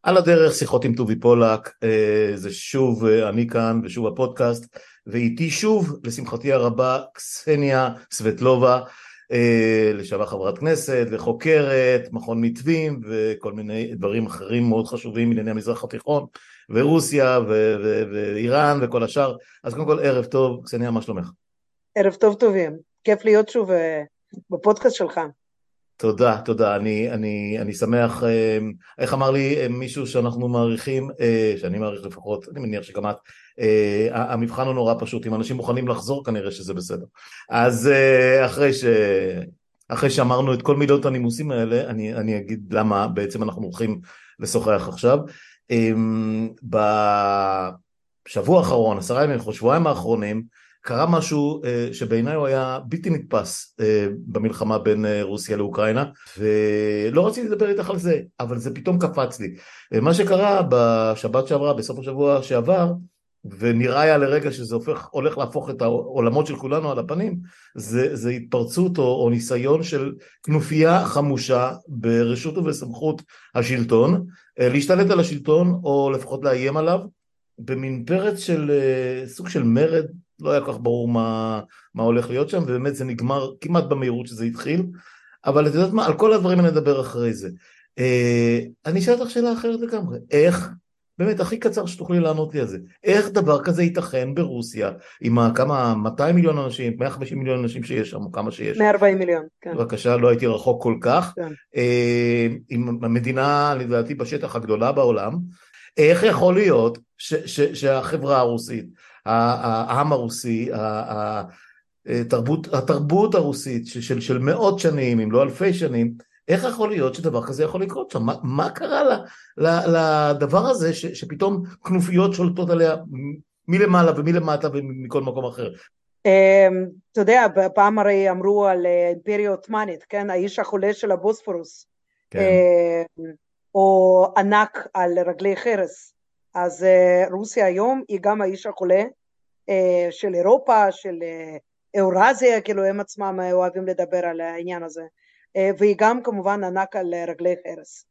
על הדרך, שיחות עם טובי פולק, זה שוב אני כאן ושוב הפודקאסט, ואיתי שוב, לשמחתי הרבה, קסניה סבטלובה, לשעבר חברת כנסת וחוקרת, מכון מתווים וכל מיני דברים אחרים מאוד חשובים בענייני המזרח התיכון, ורוסיה ואיראן וכל השאר. אז קודם כל ערב טוב, קסניה, מה שלומך? ערב טוב טובים, כיף להיות שוב בפודקאסט שלך. תודה, תודה, אני שמח, איך אמר לי מישהו שאנחנו מעריכים, שאני מעריך לפחות, אני מניח שגם את, המבחן הוא נורא פשוט, אם אנשים מוכנים לחזור כנראה שזה בסדר. אז אחרי שאמרנו את כל מילות הנימוסים האלה, אני אגיד למה בעצם אנחנו הולכים לשוחח עכשיו. בשבוע האחרון, 10 ימים, שבועיים האחרונים, קרה משהו שבעיניי הוא היה בלתי נתפס במלחמה בין רוסיה לאוקראינה, ולא רציתי לדבר איתך על זה, אבל זה פתאום קפץ לי. מה שקרה בשבת שעברה, בסוף השבוע שעבר, ונראה היה לרגע שזה הולך להפוך את העולמות של כולנו על הפנים, זה התפרצות או ניסיון של כנופיה חמושה ברשות ובסמכות השלטון, להשתלט על השלטון או לפחות לאיים עליו, במין פרץ של סוג של מרד, לא היה כך ברור מה הולך להיות שם, ובאמת זה נגמר כמעט במהירות שזה התחיל, אבל את יודעת מה, על כל הדברים אני אדבר אחרי זה. אני אשאל אותך שאלה אחרת לגמרי, איך, באמת הכי קצר שתוכלי לענות לי על זה, איך דבר כזה ייתכן ברוסיה, עם כמה 200 מיליון אנשים, 150 מיליון אנשים שיש שם, או כמה שיש? 140 מיליון, כן. בבקשה, לא הייתי רחוק כל כך, כן. עם המדינה לדעתי בשטח הגדולה בעולם, איך יכול להיות שהחברה הרוסית, העם הרוסי, התרבות הרוסית של מאות שנים, אם לא אלפי שנים, איך יכול להיות שדבר כזה יכול לקרות שם? מה קרה לדבר הזה שפתאום כנופיות שולטות עליה מלמעלה ומלמטה ומכל מקום אחר? אתה יודע, פעם הרי אמרו על אימפריה עות'מאנית, כן? האיש החולה של הבוספורוס, כן. או ענק על רגלי חרס. אז רוסיה היום היא גם האיש החולה של אירופה, של אורזיה, כאילו הם עצמם אוהבים לדבר על העניין הזה, והיא גם כמובן ענק על רגלי חרס.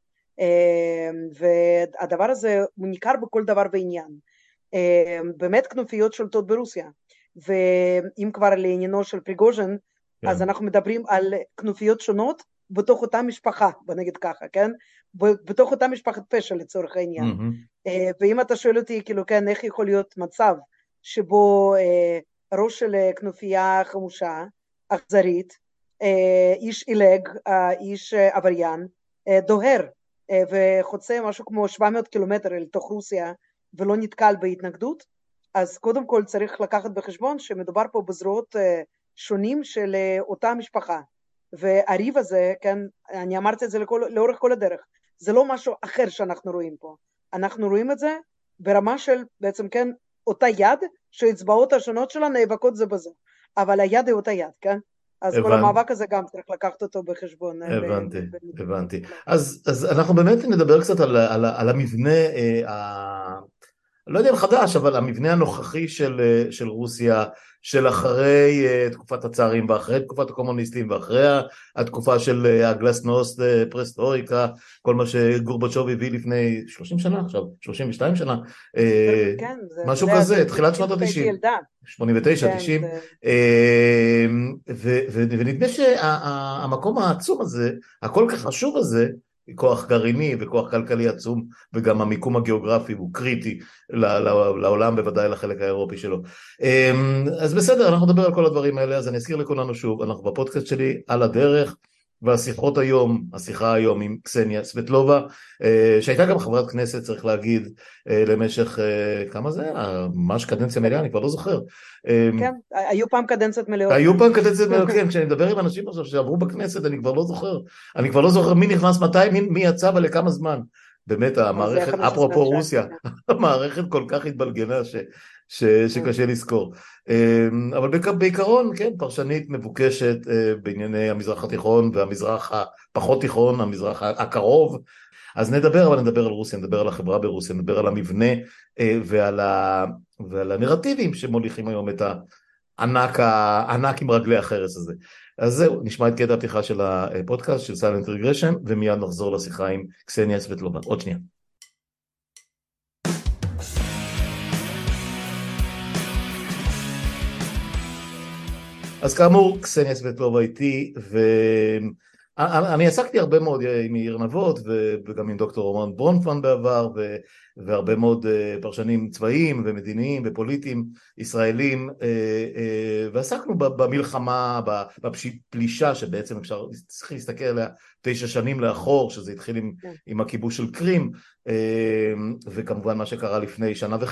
והדבר הזה הוא ניכר בכל דבר ועניין. באמת כנופיות שולטות ברוסיה, ואם כבר לעניינו של פריגוז'ין, כן. אז אנחנו מדברים על כנופיות שונות בתוך אותה משפחה, בוא נגיד ככה, כן? בתוך אותה משפחת פשע לצורך העניין. ואם אתה שואל אותי, כאילו, כן, איך יכול להיות מצב שבו ראש של כנופיה חמושה, אכזרית, איש עילג, איש עבריין, דוהר, וחוצה משהו כמו 700 קילומטר אל תוך רוסיה, ולא נתקל בהתנגדות, אז קודם כל צריך לקחת בחשבון שמדובר פה בזרועות שונים של אותה משפחה. והריב הזה, כן, אני אמרתי את זה לאורך כל הדרך, זה לא משהו אחר שאנחנו רואים פה. אנחנו רואים את זה ברמה של בעצם, כן, אותה יד, שהאצבעות השונות שלה נאבקות זה בזה. אבל היד היא אותה יד, כן? אז כל המאבק הזה גם צריך לקחת אותו בחשבון. הבנתי. אז אנחנו באמת נדבר קצת על המבנה, לא יודע אם חדש, אבל המבנה הנוכחי של רוסיה, של אחרי תקופת הצארים, ואחרי תקופת הקומוניסטים, ואחרי התקופה של הגלסנוסט, פרסטוריקה, כל מה שגורבצ'וב הביא לפני 30 שנה, עכשיו 32 שנה, כן, משהו כזה, תחילת שנות ה-90, 89, 90, ונדמה שהמקום העצום הזה, הכל כך חשוב הזה, כוח גרעיני וכוח כלכלי עצום, וגם המיקום הגיאוגרפי הוא קריטי לעולם, בוודאי לחלק האירופי שלו. אז בסדר, אנחנו נדבר על כל הדברים האלה, אז אני אזכיר לכולנו שוב, אנחנו בפודקאסט שלי על הדרך, השיחה היום עם קסניה סבטלובה, שהייתה גם חברת כנסת, צריך להגיד, למשך, כמה זה? ממש קדנציה מלאה, אני כבר לא זוכר. כן, היו פעם קדנציות מלאות. היו פעם קדנציות מלאות, כן, כשאני מדבר עם אנשים עכשיו שעברו בכנסת, אני כבר לא זוכר מי נכנס מתי, מי יצא ולכמה זמן. באמת המערכת, אפרופו רוסיה, המערכת כל כך התבלגנה שקשה לזכור. אבל בעיקרון, כן, פרשנית מבוקשת בענייני המזרח התיכון והמזרח הפחות תיכון, המזרח הקרוב. אז נדבר על רוסיה, נדבר על החברה ברוסיה, נדבר על המבנה ועל הנרטיבים שמוליכים היום את הענק עם רגלי החרס הזה. אז זהו, נשמע את קטע הפתיחה של הפודקאסט של Silent Regression, ומיד נחזור לשיחה עם קסניה סבטלובה. עוד שנייה. אז כאמור, קסניה סבטלובה איתי, ואני עסקתי הרבה מאוד עם יאיר נבות, וגם עם דוקטור רומן ברונפמן בעבר, והרבה מאוד פרשנים צבאיים ומדיניים ופוליטיים ישראלים, ועסקנו במלחמה, בפלישה שבעצם אפשר, צריך להסתכל עליה 9 שנים לאחור, שזה התחיל עם הכיבוש של קרים, וכמובן מה שקרה לפני 1.5 שנה,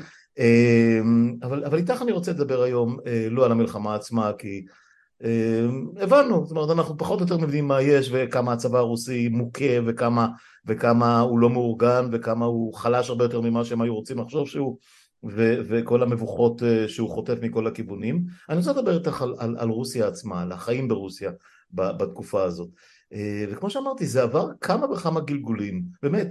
אבל איתך אני רוצה לדבר היום לא על המלחמה עצמה, כי הבנו, זאת אומרת אנחנו פחות או יותר מבינים מה יש וכמה הצבא הרוסי מוכה וכמה הוא לא מאורגן וכמה הוא חלש הרבה יותר ממה שהם היו רוצים לחשוב שהוא, וכל המבוכות שהוא חוטף מכל הכיוונים. אני רוצה לדבר איתך על רוסיה עצמה, על החיים ברוסיה בתקופה הזאת, וכמו שאמרתי זה עבר כמה וכמה גלגולים, באמת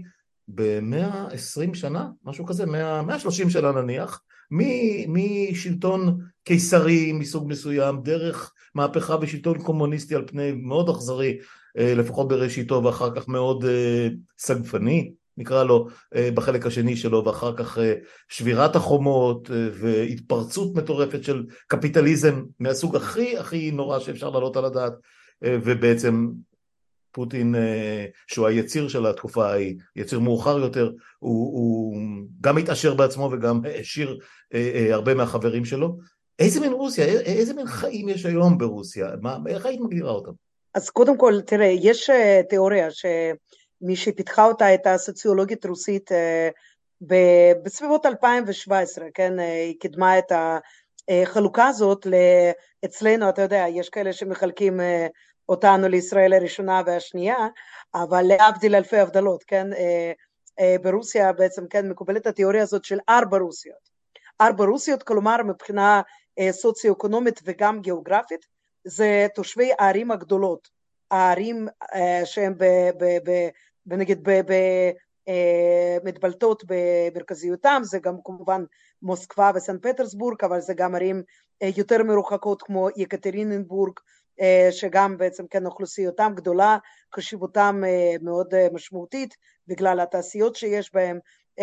ב-120 שנה, משהו כזה, 130 שנה נניח, משלטון קיסרי מסוג מסוים, דרך מהפכה ושלטון קומוניסטי על פני מאוד אכזרי, לפחות בראשיתו, ואחר כך מאוד סגפני, נקרא לו, בחלק השני שלו, ואחר כך שבירת החומות, והתפרצות מטורפת של קפיטליזם מהסוג הכי נורא שאפשר לעלות על הדעת, ובעצם פוטין, שהוא היציר של התקופה ההיא, יציר מאוחר יותר, הוא גם התעשר בעצמו וגם העשיר הרבה מהחברים שלו. איזה מין רוסיה, איזה מין חיים יש היום ברוסיה? איך היית מגדירה אותם? אז קודם כל, תראה, יש תיאוריה שמי שפיתחה אותה הייתה סוציולוגית רוסית בסביבות 2017, כן? היא קידמה את החלוקה הזאת אצלנו, אתה יודע, יש כאלה שמחלקים אותנו לישראל הראשונה והשנייה, אבל להבדיל אלפי הבדלות, כן? ברוסיה בעצם, כן, מקובלת התיאוריה הזאת של 4 רוסיות. 4 רוסיות, כלומר מבחינה סוציו-אקונומית וגם גיאוגרפית, זה תושבי הערים הגדולות, הערים שהן נגיד מתבלטות במרכזיותם, זה גם כמובן מוסקבה וסן פטרסבורג, אבל זה גם ערים יותר מרוחקות כמו יקטרינבורג, שגם בעצם כן אוכלוסיותם גדולה, חשיבותם מאוד משמעותית, בגלל התעשיות שיש בהם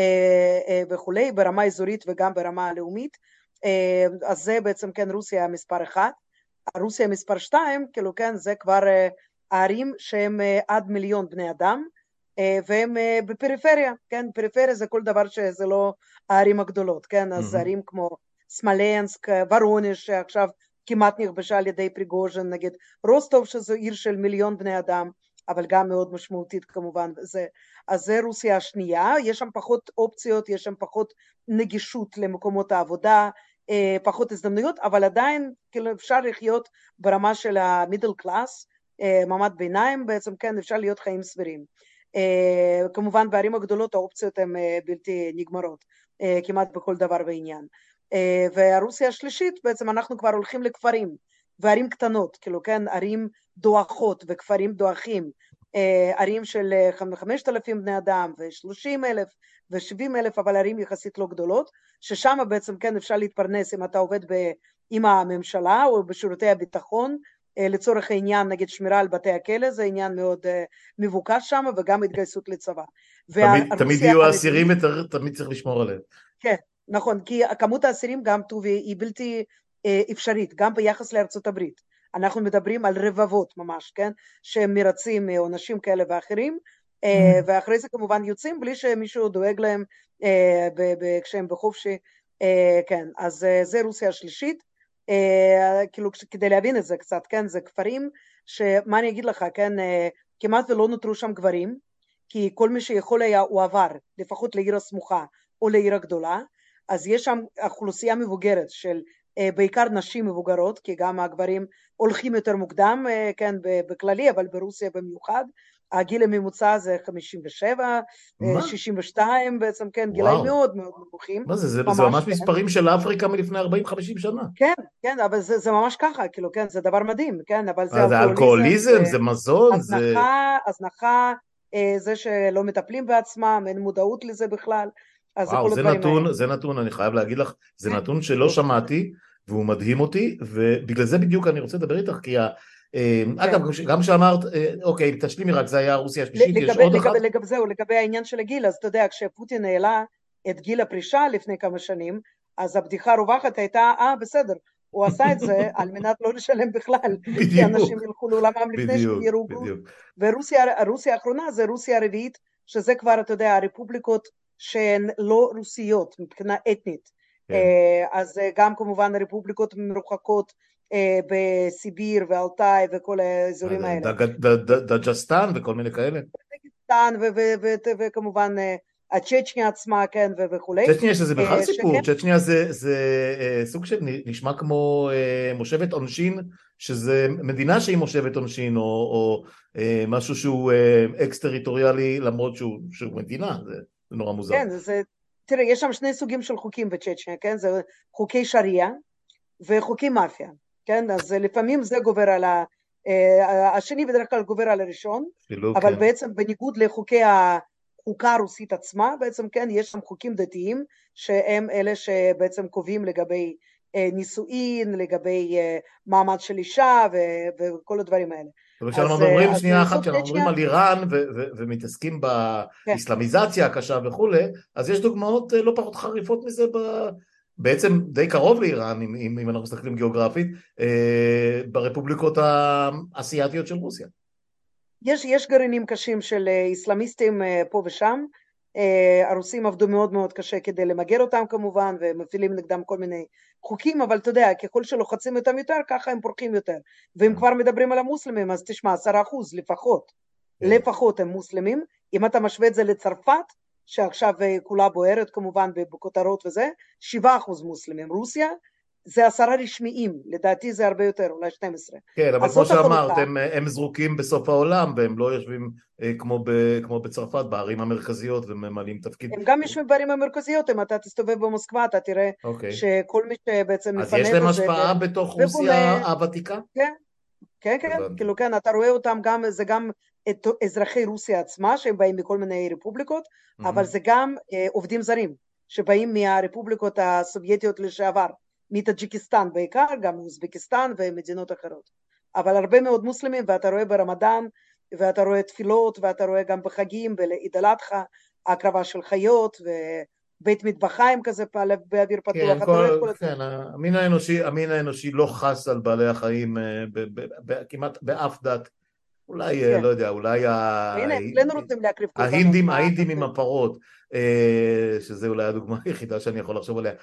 וכולי, ברמה אזורית וגם ברמה הלאומית. אז זה בעצם כן רוסיה מספר 1. רוסיה מספר 2, כאילו כן, זה כבר הערים שהם עד 1,000,000 בני אדם, והם בפריפריה, כן, פריפריה זה כל דבר שזה לא הערים הגדולות, כן, אז ערים כמו סמלנסק, ורונז' שעכשיו כמעט נכבשה על ידי פריגוז'ין, נגיד רוסטוב שזו עיר של 1,000,000 בני אדם, אבל גם מאוד משמעותית כמובן, אז זה רוסיה השנייה, יש שם פחות אופציות, יש שם פחות נגישות למקומות העבודה, פחות הזדמנויות, אבל עדיין כאילו אפשר לחיות ברמה של המידל קלאס, מעמד ביניים בעצם, כן, אפשר להיות חיים סבירים. כמובן בערים הגדולות האופציות הן בלתי נגמרות, כמעט בכל דבר ועניין. והרוסיה השלישית בעצם אנחנו כבר הולכים לכפרים, וערים קטנות, כאילו כן, ערים דואחות וכפרים דואחים, ערים של 5,000 בני אדם ו30,000 ו70,000, אבל ערים יחסית לא גדולות, ששם בעצם כן אפשר להתפרנס אם אתה עובד עם הממשלה או בשירותי הביטחון, לצורך העניין נגיד שמירה על בתי הכלא, זה עניין מאוד מבוקש שם, וגם התגייסות לצבא. תמיד יהיו האסירים, תמיד צריך לשמור עליהם. כן, נכון, כי כמות האסירים גם טובי היא בלתי אפשרית, גם ביחס לארצות הברית. אנחנו מדברים על רבבות ממש, כן, שהם מרצים עונשים כאלה ואחרים, ואחרי זה כמובן יוצאים בלי שמישהו דואג להם כשהם בחופשי, כן, אז זה רוסיה השלישית, כאילו כדי להבין את זה קצת, כן, זה כפרים שמה אני אגיד לך, כן, כמעט ולא נותרו שם גברים, כי כל מי שיכול היה הוא עבר, לפחות לעיר הסמוכה או לעיר הגדולה, אז יש שם אוכלוסייה מבוגרת של בעיקר נשים מבוגרות, כי גם הגברים הולכים יותר מוקדם, כן, בכללי, אבל ברוסיה במיוחד, הגיל הממוצע זה 57, 62 בעצם, כן, גילאים מאוד מאוד נמוכים. מה זה? זה ממש מספרים של אפריקה מלפני 40-50 שנה. כן, כן, אבל זה ממש ככה, כאילו, כן, זה דבר מדהים, כן, אבל זה אלכוהוליזם, זה מזון, הזנחה, זה שלא מטפלים בעצמם, אין מודעות לזה בכלל, אז זה כל הדברים האלה. זה נתון, אני חייב להגיד לך, זה נתון שלא שמעתי, והוא מדהים אותי, ובגלל זה בדיוק אני רוצה לדבר איתך, כי אגב, גם שאמרת, אוקיי, תשלימי רק, זה היה רוסיה השלישית, יש עוד אחד? לגבי העניין של הגיל, אז אתה יודע, כשפוטין העלה את גיל הפרישה לפני כמה שנים, אז הבדיחה הרווחת הייתה, בסדר, הוא עשה את זה על מנת לא לשלם בכלל, כי אנשים בדיוק, ילכו לעולמם לפני שהם בדיוק, ירוגו. בדיוק. ורוסיה האחרונה זה רוסיה הרביעית, שזה כבר, אתה יודע, הרפובליקות שהן לא רוסיות מבחינה אתנית. כן. אז גם כמובן הרפובליקות מרוחקות בסיביר ואלטאי וכל האזורים האלה. דג'סטן וכל מיני כאלה. דגסטן וכמובן הצ'צ'ניה עצמה, כן, וכולי. צ'צ'ניה שזה בכלל סיפור, שהם צ'צ'ניה זה סוג של נשמע כמו מושבת עונשין, שזה מדינה שהיא מושבת עונשין, או משהו שהוא אקס-טריטוריאלי למרות שהוא מדינה, זה נורא מוזר. כן, תראה, יש שם שני סוגים של חוקים בצ'צ'ניה, כן, זה חוקי שריעה וחוקי מאפיה, כן, אז לפעמים זה גובר על השני בדרך כלל גובר על הראשון, אבל כן. בעצם בניגוד לחוקי החוקה הרוסית עצמה, בעצם כן, יש שם חוקים דתיים, שהם אלה שבעצם קובעים לגבי נישואין, לגבי מעמד של אישה וכל הדברים האלה. כשאנחנו מדברים שנייה אחת, זאת כשאנחנו מדברים צ'צ'ניה, על איראן ומתעסקים כן. באסלאמיזציה הקשה וכולי, אז יש דוגמאות לא פחות חריפות מזה בעצם די קרוב לאיראן, אם אנחנו מסתכלים גיאוגרפית, ברפובליקות האסייתיות של רוסיה. יש גרעינים קשים של איסלאמיסטים פה ושם, הרוסים עבדו מאוד מאוד קשה כדי למגר אותם כמובן, ומפעילים נגדם כל מיני חוקים, אבל אתה יודע, ככל שלוחצים אותם יותר, ככה הם פורחים יותר. ואם כבר מדברים על המוסלמים, אז תשמע, 10% לפחות, לפחות הם מוסלמים. אם אתה משווה את זה לצרפת, שעכשיו כולה בוערת כמובן בכותרות וזה, 7% מוסלמים. רוסיה זה 10 רשמיים, לדעתי זה הרבה יותר, אולי 12. כן, אבל כמו שאמרת, הם זרוקים בסוף העולם, והם לא יושבים כמו בצרפת, בערים המרכזיות, וממלאים תפקיד. הם גם יושבים בערים המרכזיות, אם אתה תסתובב במוסקבה, אתה תראה שכל מי שבעצם מפנה... אז יש להם השפעה בתוך רוסיה הוותיקה? כן, כן, כן, כאילו כן, אתה רואה אותם גם, זה גם את אזרחי רוסיה עצמה, שהם באים מכל מיני רפובליקות, אבל זה גם עובדים זרים, שבאים מהרפובליקות הסובייטיות לשעבר, מטאג'יקיסטן בעיקר, גם מאוזבקיסטן ומדינות אחרות. אבל הרבה מאוד מוסלמים, ואתה רואה ברמדאן, ואתה רואה תפילות, ואתה רואה גם בחגים, בעיד אל אדחא, הקרבה של חיות, ובית מטבחיים כזה באוויר פתוח, אתה רואה את כל כן, המין האנושי לא חס על בעלי החיים כמעט באף דת. אולי, לא יודע, אולי ההינדים עם הפרות, שזה אולי הדוגמה היחידה שאני יכול לחשוב עליה.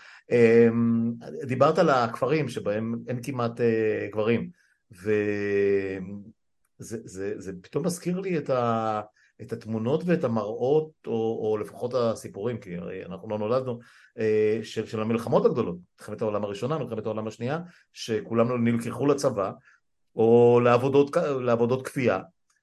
דיברת על הכפרים שבהם אין כמעט גברים, וזה פתאום מזכיר לי את התמונות ואת המראות, או לפחות הסיפורים, כי אנחנו לא נולדנו, של המלחמות הגדולות, מלחמת העולם הראשונה, מלחמת העולם השנייה, שכולם נלקחו לצבא, או לעבודות כפייה,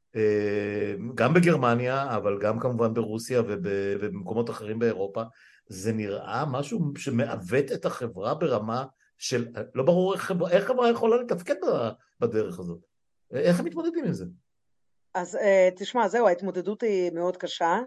גם בגרמניה, אבל גם כמובן ברוסיה ובמקומות אחרים באירופה. זה נראה משהו שמעוות את החברה ברמה של, לא ברור איך חברה יכולה לתפקד בדרך הזאת. איך הם מתמודדים עם זה? אז תשמע, זהו, ההתמודדות היא מאוד קשה,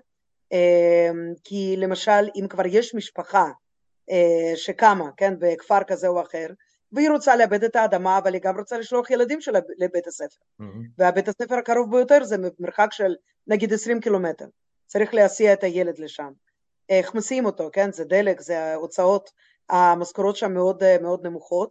כי למשל, אם כבר יש משפחה שקמה, כן, בכפר כזה או אחר, והיא רוצה לאבד את האדמה, אבל היא גם רוצה לשלוח ילדים שלה לבית הספר. והבית הספר הקרוב ביותר זה מרחק של נגיד 20 קילומטר. צריך להסיע את הילד לשם. איך מסיעים אותו, כן? זה דלק, זה הוצאות, המשכורות שם מאוד מאוד נמוכות,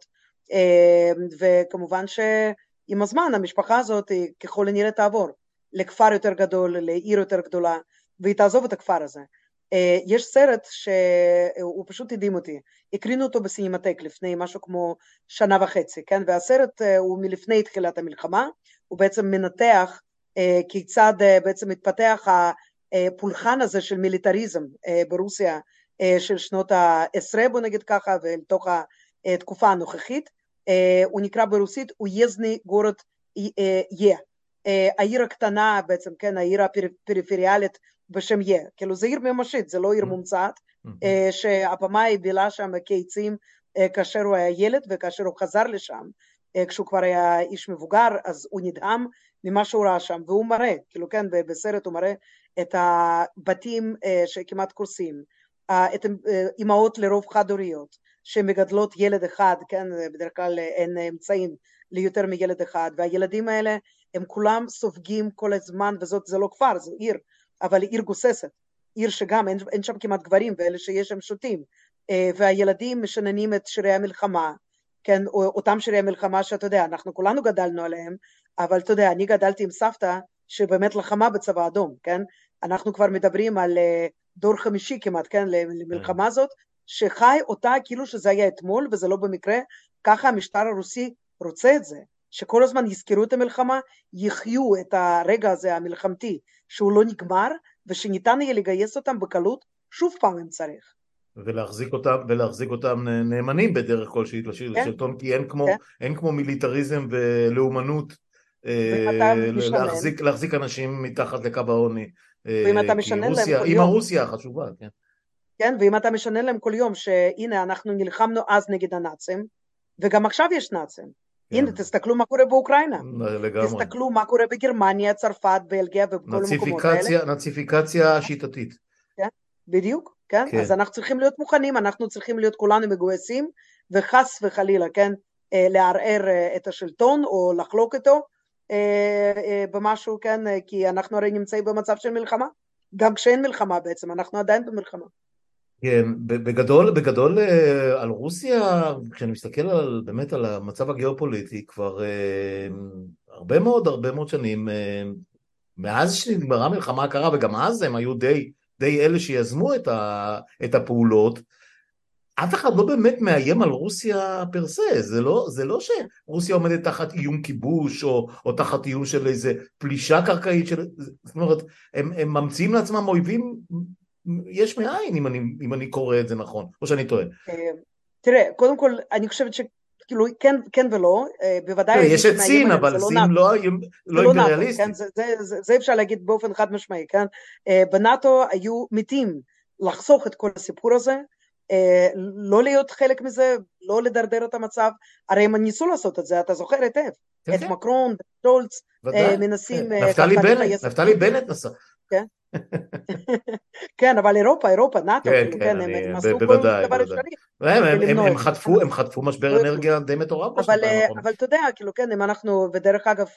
וכמובן שעם הזמן המשפחה הזאת ככל הנראה תעבור לכפר יותר גדול, לעיר יותר גדולה, והיא תעזוב את הכפר הזה. יש סרט שהוא פשוט הדהים אותי, הקרינו אותו בסינמטק לפני משהו כמו 1.5 שנה, כן? והסרט הוא מלפני תחילת המלחמה, הוא בעצם מנתח כיצד בעצם מתפתח הפולחן הזה של מיליטריזם ברוסיה של שנות ה-10, בוא נגיד ככה, ולתוך התקופה הנוכחית. הוא נקרא ברוסית אויזני גורד יה, העיר הקטנה בעצם, כן, העיר הפריפריאלית בשם יה, כאילו זה עיר ממשית, זה לא עיר מומצאת, שהבמאי בילה שם קיצים כאשר הוא היה ילד, וכאשר הוא חזר לשם, כשהוא כבר היה איש מבוגר, אז הוא נדהם ממה שהוא ראה שם, והוא מראה, כאילו כן, בסרט הוא מראה את הבתים שכמעט קורסים, את אמהות לרוב חד-הוריות, שמגדלות ילד אחד, כן, בדרך כלל אין אמצעים ליותר מילד אחד, והילדים האלה הם כולם סופגים כל הזמן, וזאת זה לא כפר, זו עיר, אבל עיר גוססת, עיר שגם אין שם כמעט גברים, ואלה שיש שם שותים, והילדים משננים את שירי המלחמה, כן, אותם שירי המלחמה שאתה יודע, אנחנו כולנו גדלנו עליהם, אבל אתה יודע, אני גדלתי עם סבתא שבאמת לחמה בצבא האדום, כן? אנחנו כבר מדברים על דור חמישי כמעט, כן, למלחמה הזאת, שחי אותה כאילו שזה היה אתמול, וזה לא במקרה, ככה המשטר הרוסי רוצה את זה, שכל הזמן יזכרו את המלחמה, יחיו את הרגע הזה המלחמתי, שהוא לא נגמר, ושניתן יהיה לגייס אותם בקלות, שוב פעם אם צריך. ולהחזיק אותם נאמנים בדרך כלשהי לשלטון, כי אין כמו מיליטריזם ולאומנות להחזיק אנשים מתחת לקו העוני, כי אימא רוסיה חשובה, כן. כן, ואם אתה משנה להם כל יום שהנה אנחנו נלחמנו אז נגד הנאצים, וגם עכשיו יש נאצים, הנה תסתכלו מה קורה באוקראינה, תסתכלו מה קורה בגרמניה, צרפת, בלגיה ובכל המקומות האלה. נאציפיקציה שיטתית. כן, בדיוק, כן, אז אנחנו צריכים להיות מוכנים, אנחנו צריכים להיות כולנו מגויסים, וחס וחלילה, כן, לערער את השלטון או לחלוק איתו במשהו, כן, כי אנחנו הרי נמצאים במצב של מלחמה, גם כשאין מלחמה בעצם, אנחנו עדיין במלחמה. כן, בגדול על רוסיה, כשאני מסתכל באמת על המצב הגיאופוליטי, כבר הרבה מאוד שנים, מאז שנגמרה המלחמה הקרה, וגם אז הם היו די אלה שיזמו את הפעולות, אף אחד לא באמת מאיים על רוסיה פרסה, זה לא שרוסיה עומדת תחת איום כיבוש, או תחת איום של איזה פלישה קרקעית, זאת אומרת, הם ממציאים לעצמם אויבים, יש מאין, אם אני קורא את זה נכון, או שאני טועה. תראה, קודם כל, אני חושבת שכאילו, כן ולא, בוודאי... יש את סין, אבל סין לא אימפריאליסטית. זה אפשר להגיד באופן חד משמעי, כן? בנאטו היו מתים לחסוך את כל הסיפור הזה, לא להיות חלק מזה, לא לדרדר את המצב, הרי הם ניסו לעשות את זה, אתה זוכר היטב, את מקרון, שולץ, מנסים... נפתלי בנט נסע. כן. כן, אבל אירופה, נאטו, כן, הם עשו כל דבר אפשרי. הם חטפו משבר אנרגיה די מטורף בשנתיים האחרונות. אבל אתה יודע, כאילו, כן, אם אנחנו, ודרך אגב,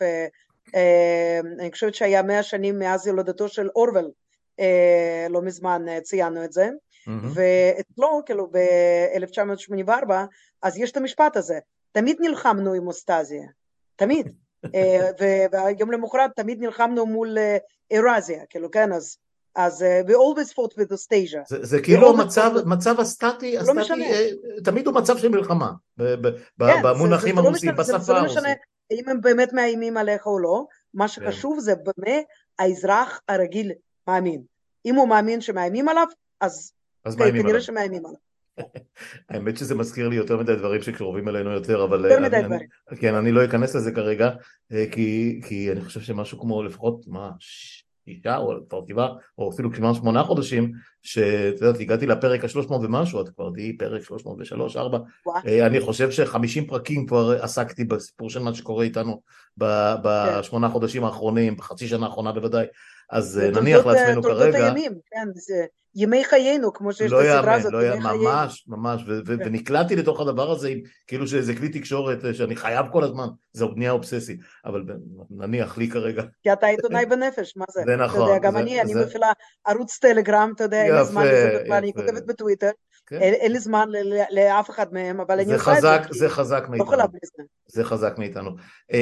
אני חושבת שהיה 100 שנים מאז ילודתו של אורוול, לא מזמן ציינו את זה, ואצלו, כאילו, ב-1984, אז יש את המשפט הזה, תמיד נלחמנו עם אוסטזיה, תמיד. והיום למחרת תמיד נלחמנו מול אירזיה, כאילו, כן, אז we always fought with Austrasia. זה כאילו מצב הסטטי, תמיד הוא מצב של מלחמה, במונחים הרוסיים, בשפה הרוסית. זה לא משנה אם הם באמת מאיימים עליך או לא, מה שחשוב זה באמת האזרח הרגיל מאמין. אם הוא מאמין שמאיימים עליו, אז כנראה שמאיימים עליו. האמת שזה מזכיר לי יותר מדי דברים שקרובים אלינו יותר, אבל כן, אני לא אכנס לזה כרגע, כי אני חושב שמשהו כמו לפחות, אישה או תרטיבה, או אפילו כמעט 8 חודשים, שאתה יודעת, הגעתי לפרק ה-300 ומשהו, את כבר תהיי פרק 303, 4, אני חושב ש50 פרקים כבר עסקתי בסיפור של מה שקורה איתנו ב8 חודשים האחרונים, בחצי שנה האחרונה בוודאי, אז נניח לעצמנו כרגע. תולדות הימים, כן, זה ימי חיינו, כמו שיש את הסדרה הזאת, ימי חיינו. ממש, ונקלעתי לתוך הדבר הזה, כאילו שזה כלי תקשורת שאני חייב כל הזמן, זה בנייה אובססית, אבל נניח לי כרגע. כי אתה עיתונאי בנפש, מה זה? זה נכון. אתה יודע, גם אני מפעילה ערוץ טלגרם, אתה יודע, אין לי זמן לזה בכלל, אני כותבת בטוויטר, אין לי זמן לאף אחד מהם, אבל אני עושה את זה. זה חזק מאיתנו. זה חזק מאיתנו.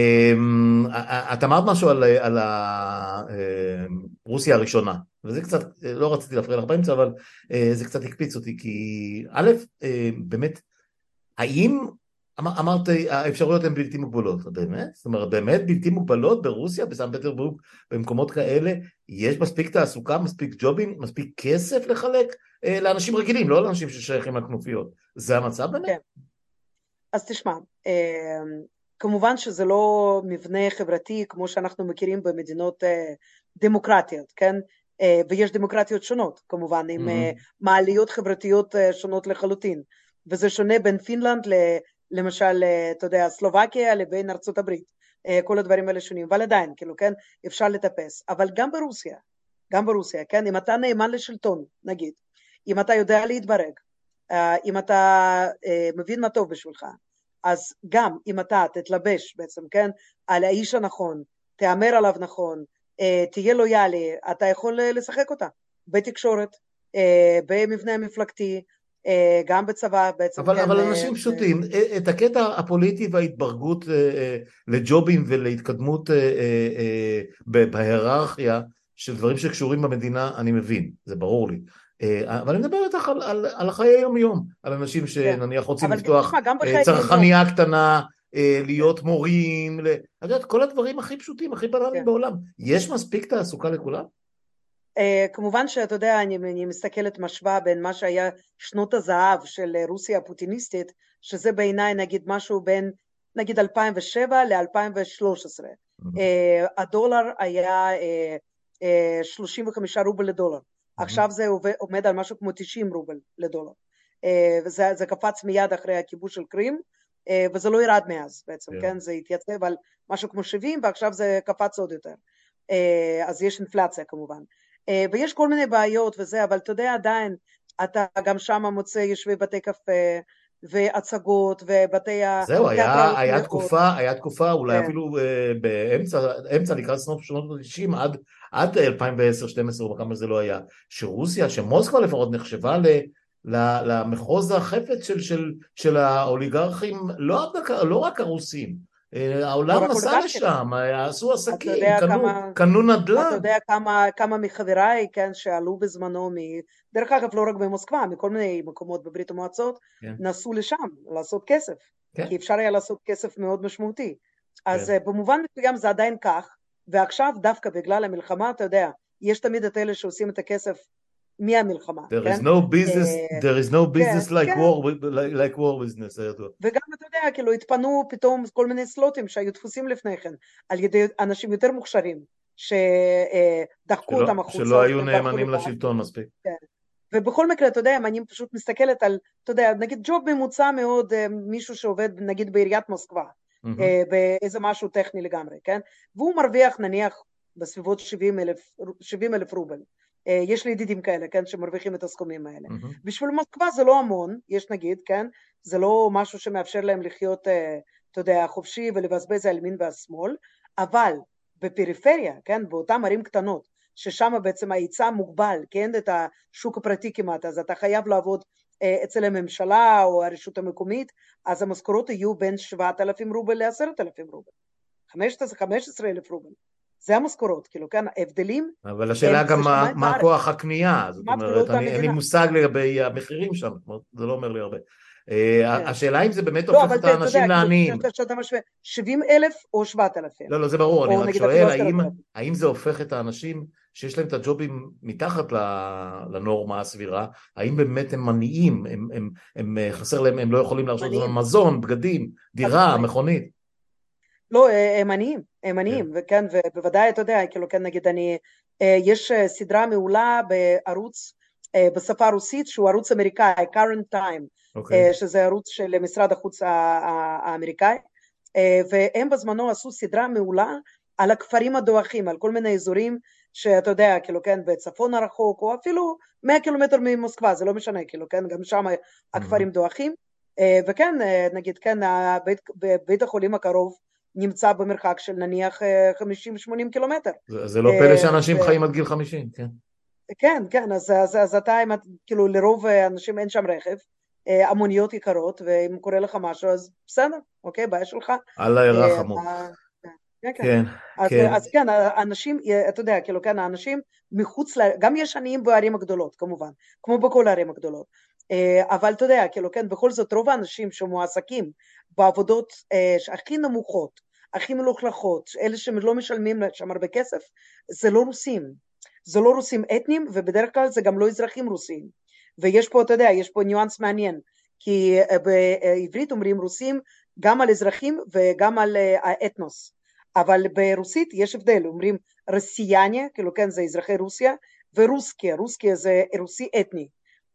את אמרת משהו על רוסיה הראשונה, וזה קצת, לא רציתי להפריע לך באמצע, אבל זה קצת הקפיץ אותי, כי א', באמת, האם, אמרת, האפשרויות הן בלתי מוגבלות, באמת? זאת אומרת, באמת בלתי מוגבלות ברוסיה, בסן פטרבורג, במקומות כאלה, יש מספיק תעסוקה, מספיק ג'ובים, מספיק כסף לחלק לאנשים רגילים, לא לאנשים ששייכים לכנופיות. זה המצב באמת? כן. אז תשמע, כמובן שזה לא מבנה חברתי כמו שאנחנו מכירים במדינות דמוקרטיות, כן? ויש דמוקרטיות שונות, כמובן, עם מעליות חברתיות שונות לחלוטין. וזה שונה בין פינלנד למשל, אתה יודע, סלובקיה לבין ארצות הברית. כל הדברים האלה שונים, אבל עדיין, כאילו, כן, אפשר לטפס. אבל גם ברוסיה, כן? אם אתה נאמן לשלטון, נגיד, אם אתה יודע להתברג, אם אתה מבין מה טוב בשבילך, אז גם אם אתה תתלבש בעצם, כן, על האיש הנכון, תאמר עליו נכון, תהיה לויאלי, אתה יכול לשחק אותה בתקשורת, במבנה המפלגתי, גם בצבא בעצם, כן. אבל אנשים פשוטים, את הקטע הפוליטי וההתברגות לג'ובים ולהתקדמות בהיררכיה של דברים שקשורים במדינה, אני מבין, זה ברור לי. אבל אני מדבר איתך על חיי יום-יום, על אנשים שנניח רוצים לפתוח צרכניה קטנה, להיות מורים, את יודעת, כל הדברים הכי פשוטים, הכי בנאליים בעולם. יש מספיק תעסוקה לכולם? כמובן שאתה יודע, אני מסתכלת משוואה בין מה שהיה שנות הזהב של רוסיה הפוטיניסטית, שזה בעיניי נגיד משהו בין נגיד 2007 ל-2013. הדולר היה 35 רובל לדולר, עכשיו זה עומד על משהו כמו 90 רובל לדולר, וזה קפץ מיד אחרי הכיבוש של קרים, וזה לא ירד מאז בעצם, כן, זה התייצב על משהו כמו 70 ועכשיו זה קפץ עוד יותר, אז יש אינפלציה כמובן. ויש כל מיני בעיות וזה, אבל אתה יודע עדיין, אתה גם שם מוצא יושבי בתי קפה והצגות ובתי זהו, היה תקופה אולי אפילו באמצע לקראת שנות ה-90 עד 2010-2012 או כמה זה לא היה, שרוסיה, שמוסקבה לפחות נחשבה למחוז החפץ של האוליגרכים, לא רק הרוסים, העולם נסע לשם, עשו עסקים, קנו נדל"ן. אתה יודע כמה מחבריי, כן, שעלו בזמנו, דרך אגב לא רק במוסקבה, מכל מיני מקומות בברית המועצות, נסעו לשם לעשות כסף, כי אפשר היה לעשות כסף מאוד משמעותי. אז במובן מסוים זה עדיין כך, ועכשיו דווקא בגלל המלחמה, אתה יודע, יש תמיד את אלה שעושים את הכסף מהמלחמה. There is no business like war business. וגם אתה יודע, כאילו התפנו פתאום כל מיני סלוטים שהיו דפוסים לפני כן, על ידי אנשים יותר מוכשרים, שדחקו אותם החוצה. שלא היו נאמנים לשלטון מספיק. ובכל מקרה, אתה יודע, אני פשוט מסתכלת על, אתה יודע, נגיד ג'וב ממוצע מאוד, מישהו שעובד נגיד בעיריית מוסקבה, באיזה משהו טכני לגמרי, כן? והוא מרוויח נניח בסביבות 70,000 רובל. יש לי ידידים כאלה, כן, שמרוויחים את הסכומים האלה. בשביל מוסקבה זה לא המון, יש נגיד, כן, זה לא משהו שמאפשר להם לחיות, אתה יודע, חופשי ולבזבז על ימין והשמאל, אבל בפריפריה, כן, באותן ערים קטנות, ששם בעצם ההיצע מוגבל, כן, את השוק הפרטי כמעט, אז אתה חייב לעבוד אצל הממשלה או הרשות המקומית, אז המשכורות יהיו בין 7,000 רובל ל10,000 רובל, 15,000 רובל. זה המשכורות, כאילו, כן, ההבדלים. אבל השאלה גם מה כוח הקנייה, זאת אומרת, אין לי מושג לגבי המחירים שם, זה לא אומר לי הרבה. השאלה אם זה באמת הופך את האנשים לעניים. שאתה משווה 70,000 או 7,000. לא, זה ברור, אני רק שואל, האם זה הופך את האנשים שיש להם את הג'ובים מתחת לנורמה הסבירה, האם באמת הם מניעים, הם חסר להם, הם לא יכולים להרשות מזון, בגדים, דירה, מכונית? לא, הם עניים, וכן, ובוודאי, אתה יודע, כאילו, כן, נגיד, יש סדרה מעולה בערוץ, בשפה הרוסית, שהוא ערוץ אמריקאי, current time, שזה ערוץ של משרד החוץ האמריקאי, והם בזמנו עשו סדרה מעולה על הכפרים הדועכים, על כל מיני אזורים, שאתה יודע, כאילו, כן, בצפון הרחוק, או אפילו 100 קילומטר ממוסקבה, זה לא משנה, כאילו, כן, גם שם הכפרים דועכים, וכן, נגיד, כן, בית החולים הקרוב, נמצא במרחק של נניח 50-80 קילומטר. זה לא פלא שאנשים חיים עד גיל 50, כן. כן, כן, אז אתה, כאילו, לרוב אנשים אין שם רכב, המוניות יקרות, ואם קורה לך משהו, אז בסדר, אוקיי, בעיה שלך. אללה ירחמו. כן. אז כן, האנשים, אתה יודע, כאילו, כן, האנשים מחוץ, גם יש עניים בערים הגדולות, כמובן, כמו בכל הערים הגדולות. אבל אתה יודע, כאילו, כן, בכל זאת, רוב האנשים שמועסקים בעבודות הכי נמוכות, הכי מלוכלכות, אלה שלא משלמים שם הרבה כסף, זה לא רוסים. זה לא רוסים אתניים, ובדרך כלל זה גם לא אזרחים רוסים. ויש פה, אתה יודע, יש פה ניואנס מעניין, כי בעברית אומרים רוסים גם על אזרחים וגם על האתנוס. אבל ברוסית יש הבדל, אומרים רסיאניה, כאילו כן, זה אזרחי רוסיה, ורוסקיה, רוסקיה זה רוסי אתני.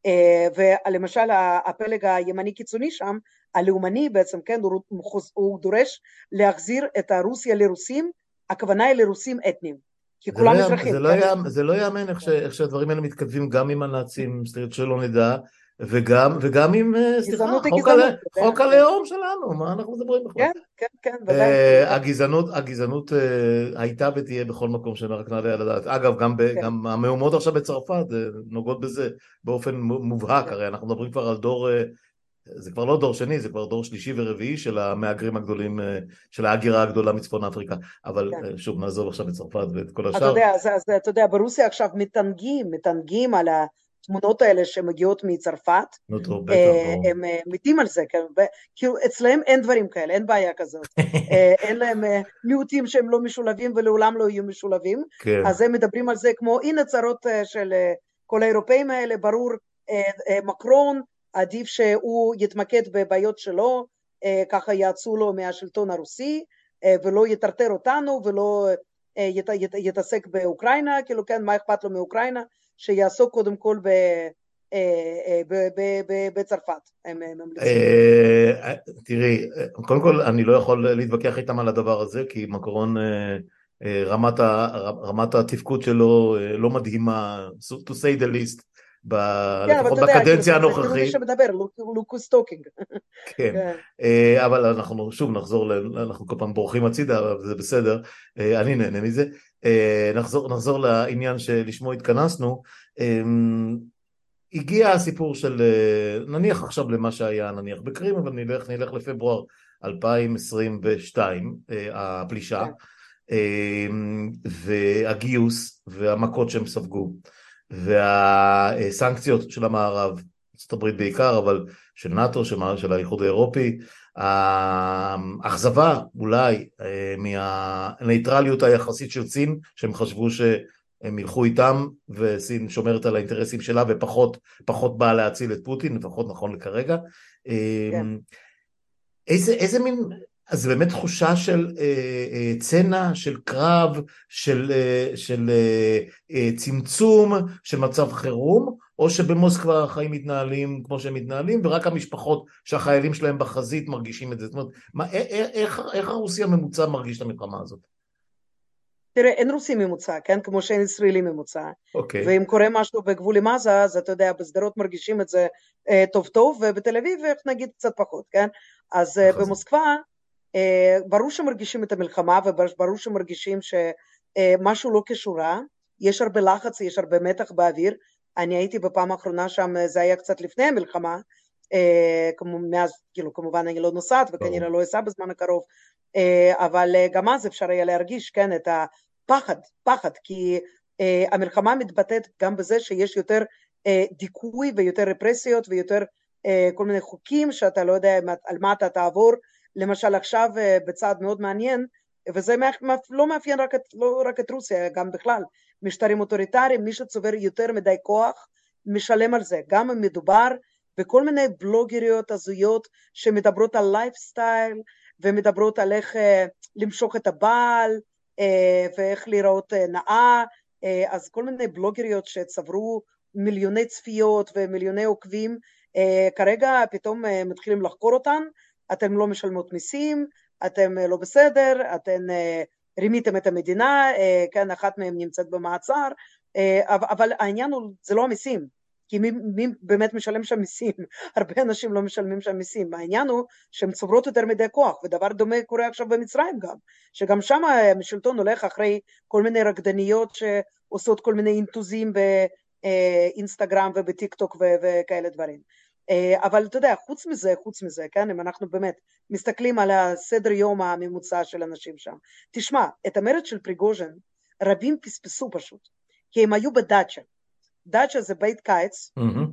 ולמשל הפלג הימני קיצוני שם, הלאומני בעצם, כן, הוא דורש להחזיר את הרוסיה לרוסים, הכוונה היא לרוסים אתניים, כי כולם אזרחים. זה לא יאמן איך שהדברים האלה מתכתבים גם עם הנאצים, שלא נדע, וגם עם, סליחה, גזענות היא גזענות, אתה יודע, חוק כן. הלאום שלנו, מה אנחנו מדברים בכלל? כן, כן, כן, ודאי, ודאי. הגזענות הייתה ותהיה בכל מקום שרק נעלה על הדעת. אגב, כן, גם המהומות עכשיו בצרפת נוגעות בזה באופן מובהק, כן, הרי אנחנו מדברים כבר על דור, זה כבר לא דור שני, זה כבר דור שלישי ורביעי של המהגרים הגדולים, של ההגירה הגדולה מצפון אפריקה. אבל כן. שוב, נעזוב עכשיו את צרפת ואת כל אתה השאר. יודע, אז אתה יודע, ברוסיה עכשיו מתענגים על התמונות האלה שמגיעות מצרפת, נו טוב, בטח, ברור. הם מתים על זה, כן? כאילו אצלהם אין דברים כאלה, אין בעיה כזאת. אין להם מיעוטים שהם לא משולבים ולעולם לא יהיו משולבים, כן. אז הם מדברים על זה כמו, הנה צרות של כל האירופאים האלה, ברור, מקרון, עדיף שהוא יתמקד בבעיות שלו, ככה יעצו לו מהשלטון הרוסי, ולא יטרטר אותנו ולא יתעסק באוקראינה, כאילו כן, מה אכפת לו מאוקראינה? שיעסוק קודם כל בצרפת, הם ממליצים. תראי, קודם כל אני לא יכול להתווכח איתם על הדבר הזה, כי מקרון, רמת התפקוד שלו לא מדהימה, to say the least, כן, אבל לפחות אתה יודע, כאילו, בקדנציה זה כאילו מי הנוכחית. שמדבר, לוקוס טוקינג. כן, כן, אבל אנחנו שוב אנחנו כל פעם בורחים הצידה, אבל זה בסדר, אני נהנה מזה. נחזור לעניין שלשמו התכנסנו. הגיע הסיפור של, נניח עכשיו למה שהיה, נניח בקרים, אבל נלך לפברואר 2022, הפלישה, כן, והגיוס והמכות שהם ספגו, והסנקציות של המערב, ארצות הברית בעיקר, אבל של נאט"ו, של האיחוד האירופי, האכזבה אולי מהניטרליות היחסית של סין, שהם חשבו הם ילכו איתם, וסין שומרת על האינטרסים שלה ופחות באה להציל את פוטין, לפחות נכון לכרגע. כן. איזה מין, אז זה באמת תחושה של צנע, של קרב, של צמצום, של מצב חירום, או שבמוסקבה החיים מתנהלים כמו שהם מתנהלים, ורק המשפחות שהחיילים שלהם בחזית מרגישים את זה. זאת אומרת, איך הרוסי הממוצע מרגיש את המלחמה הזאת? תראה, אין רוסי ממוצע, כן? כמו שאין ישראלי ממוצע. אוקיי. ואם קורה משהו בגבול עם עזה, אז אתה יודע, בסדרות מרגישים את זה טוב טוב, ובתל אביב, איך נגיד, קצת פחות, כן? אז בחזית. במוסקבה, ברור שמרגישים את המלחמה, וברור שמרגישים שמשהו לא כשורה, יש הרבה לחץ, יש הרבה מתח באוויר. אני הייתי בפעם האחרונה שם, זה היה קצת לפני המלחמה, מאז, כאילו, כמובן אני לא נוסעת, וכנראה ברור. לא אסע בזמן הקרוב, אבל גם אז אפשר היה להרגיש, כן, את פחד, כי המלחמה מתבטאת גם בזה שיש יותר דיכוי ויותר רפרסיות ויותר כל מיני חוקים שאתה לא יודע על מה אתה תעבור. למשל עכשיו בצעד מאוד מעניין, וזה לא מאפיין לא רק את רוסיה, גם בכלל, משטרים אוטוריטריים, מי שצובר יותר מדי כוח משלם על זה, גם אם מדובר בכל מיני בלוגריות הזויות שמדברות על לייפסטייל, ומדברות על איך למשוך את הבעל, ואיך לראות נאה, אז כל מיני בלוגריות שצברו מיליוני צפיות ומיליוני עוקבים, כרגע פתאום מתחילים לחקור אותן, אתם לא משלמות מיסים, אתם לא בסדר, אתן רימיתם את המדינה, כן, אחת מהן נמצאת במעצר, אבל העניין הוא, זה לא המיסים, כי מי באמת משלם שם מיסים? הרבה אנשים לא משלמים שם מיסים. העניין הוא שהם צוברות יותר מדי כוח, ודבר דומה קורה עכשיו במצרים גם, שגם שם השלטון הולך אחרי כל מיני רקדניות שעושות כל מיני אינטוזים באינסטגרם ובטיק טוק וכאלה דברים. אבל אתה יודע, חוץ מזה, כן, אם אנחנו באמת מסתכלים על הסדר יום הממוצע של אנשים שם, תשמע, את המרד של פריגוז'ין רבים פספסו פשוט, כי הם היו בדאצ'ה. דאצ'ה זה בית קיץ,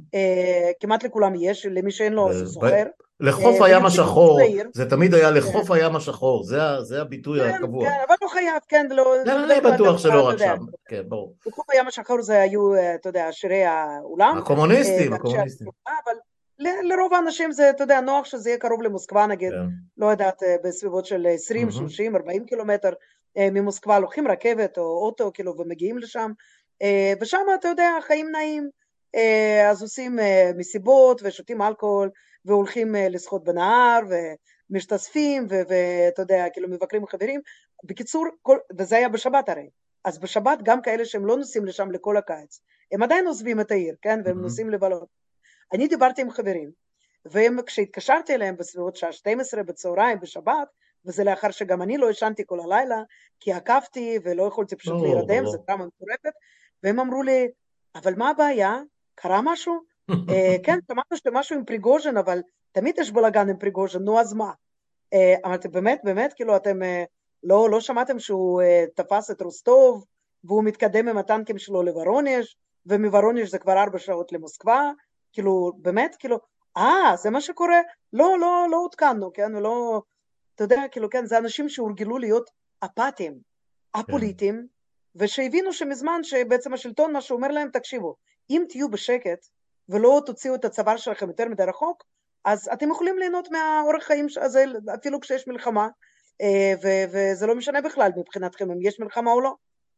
כמעט לכולם יש, למי שאין לו אז הוא זוכר. לחוף הים ויוצאים מחוץ השחור, לעיר. זה תמיד היה כן, לחוף הים השחור, זה הביטוי כן, הקבוע. כן, אבל לא חייב, כן, לא, אני בדרך כלל גם, בטוח שלא אתה רק יודע, שם, כן, ברור. בחוף הים השחור זה היו, אתה יודע, עשירי העולם, הקומוניסטים, ואנשי הקומוניסטים. התקופה, אבל לרוב האנשים זה, אתה יודע, נוח שזה יהיה קרוב למוסקבה, נגיד, כן. לא יודעת, בסביבות של 20, 30, 40 קילומטר ממוסקבה, לוקחים רכבת או אוטו, כאילו, ומגיעים לשם, ושם, אתה יודע, חיים נעים, אז עושים מסיבות ושותים אלכוהול, והולכים לשחות בנהר, ומשתספים, ואתה יודע, כאילו, מבקרים חברים. בקיצור, וזה היה בשבת הרי. אז בשבת גם כאלה שהם לא נוסעים לשם לכל הקיץ, הם עדיין עוזבים את העיר, כן? והם נוסעים לבלות. אני דיברתי עם חברים, וכשהתקשרתי אליהם בסביבות שעה 12 בצהריים בשבת, וזה לאחר שגם אני לא ישנתי כל הלילה, כי עקבתי ולא יכולתי פשוט להירדם, זה דרמה מטורפת, והם אמרו לי, אבל מה הבעיה? קרה משהו? כן, שמענו שמשהו עם פריגוז'ין, אבל תמיד יש בלגן עם פריגוז'ין, נו אז מה? אמרתי, באמת, כאילו אתם לא שמעתם שהוא תפס את רוסטוב, והוא מתקדם עם הטנקים שלו לוורונז', ומוורונז' זה כבר 4 שעות למוסקבה, כאילו, באמת, כאילו, זה מה שקורה? לא עודכנו, כן, ולא, אתה יודע, כאילו, כן, זה אנשים שהורגלו להיות אפאתיים, הפוליטיים, ושהבינו שמזמן שבעצם השלטון, מה שאומר להם, תקשיבו, אם תהיו בשקט, ולא תוציאו את הצוואר שלכם יותר מדי רחוק, אז אתם יכולים ליהנות מהאורח חיים הזה, אפילו כשיש מלחמה, וזה לא משנה בכלל מבחינתכם, אם יש מלחמה או לא.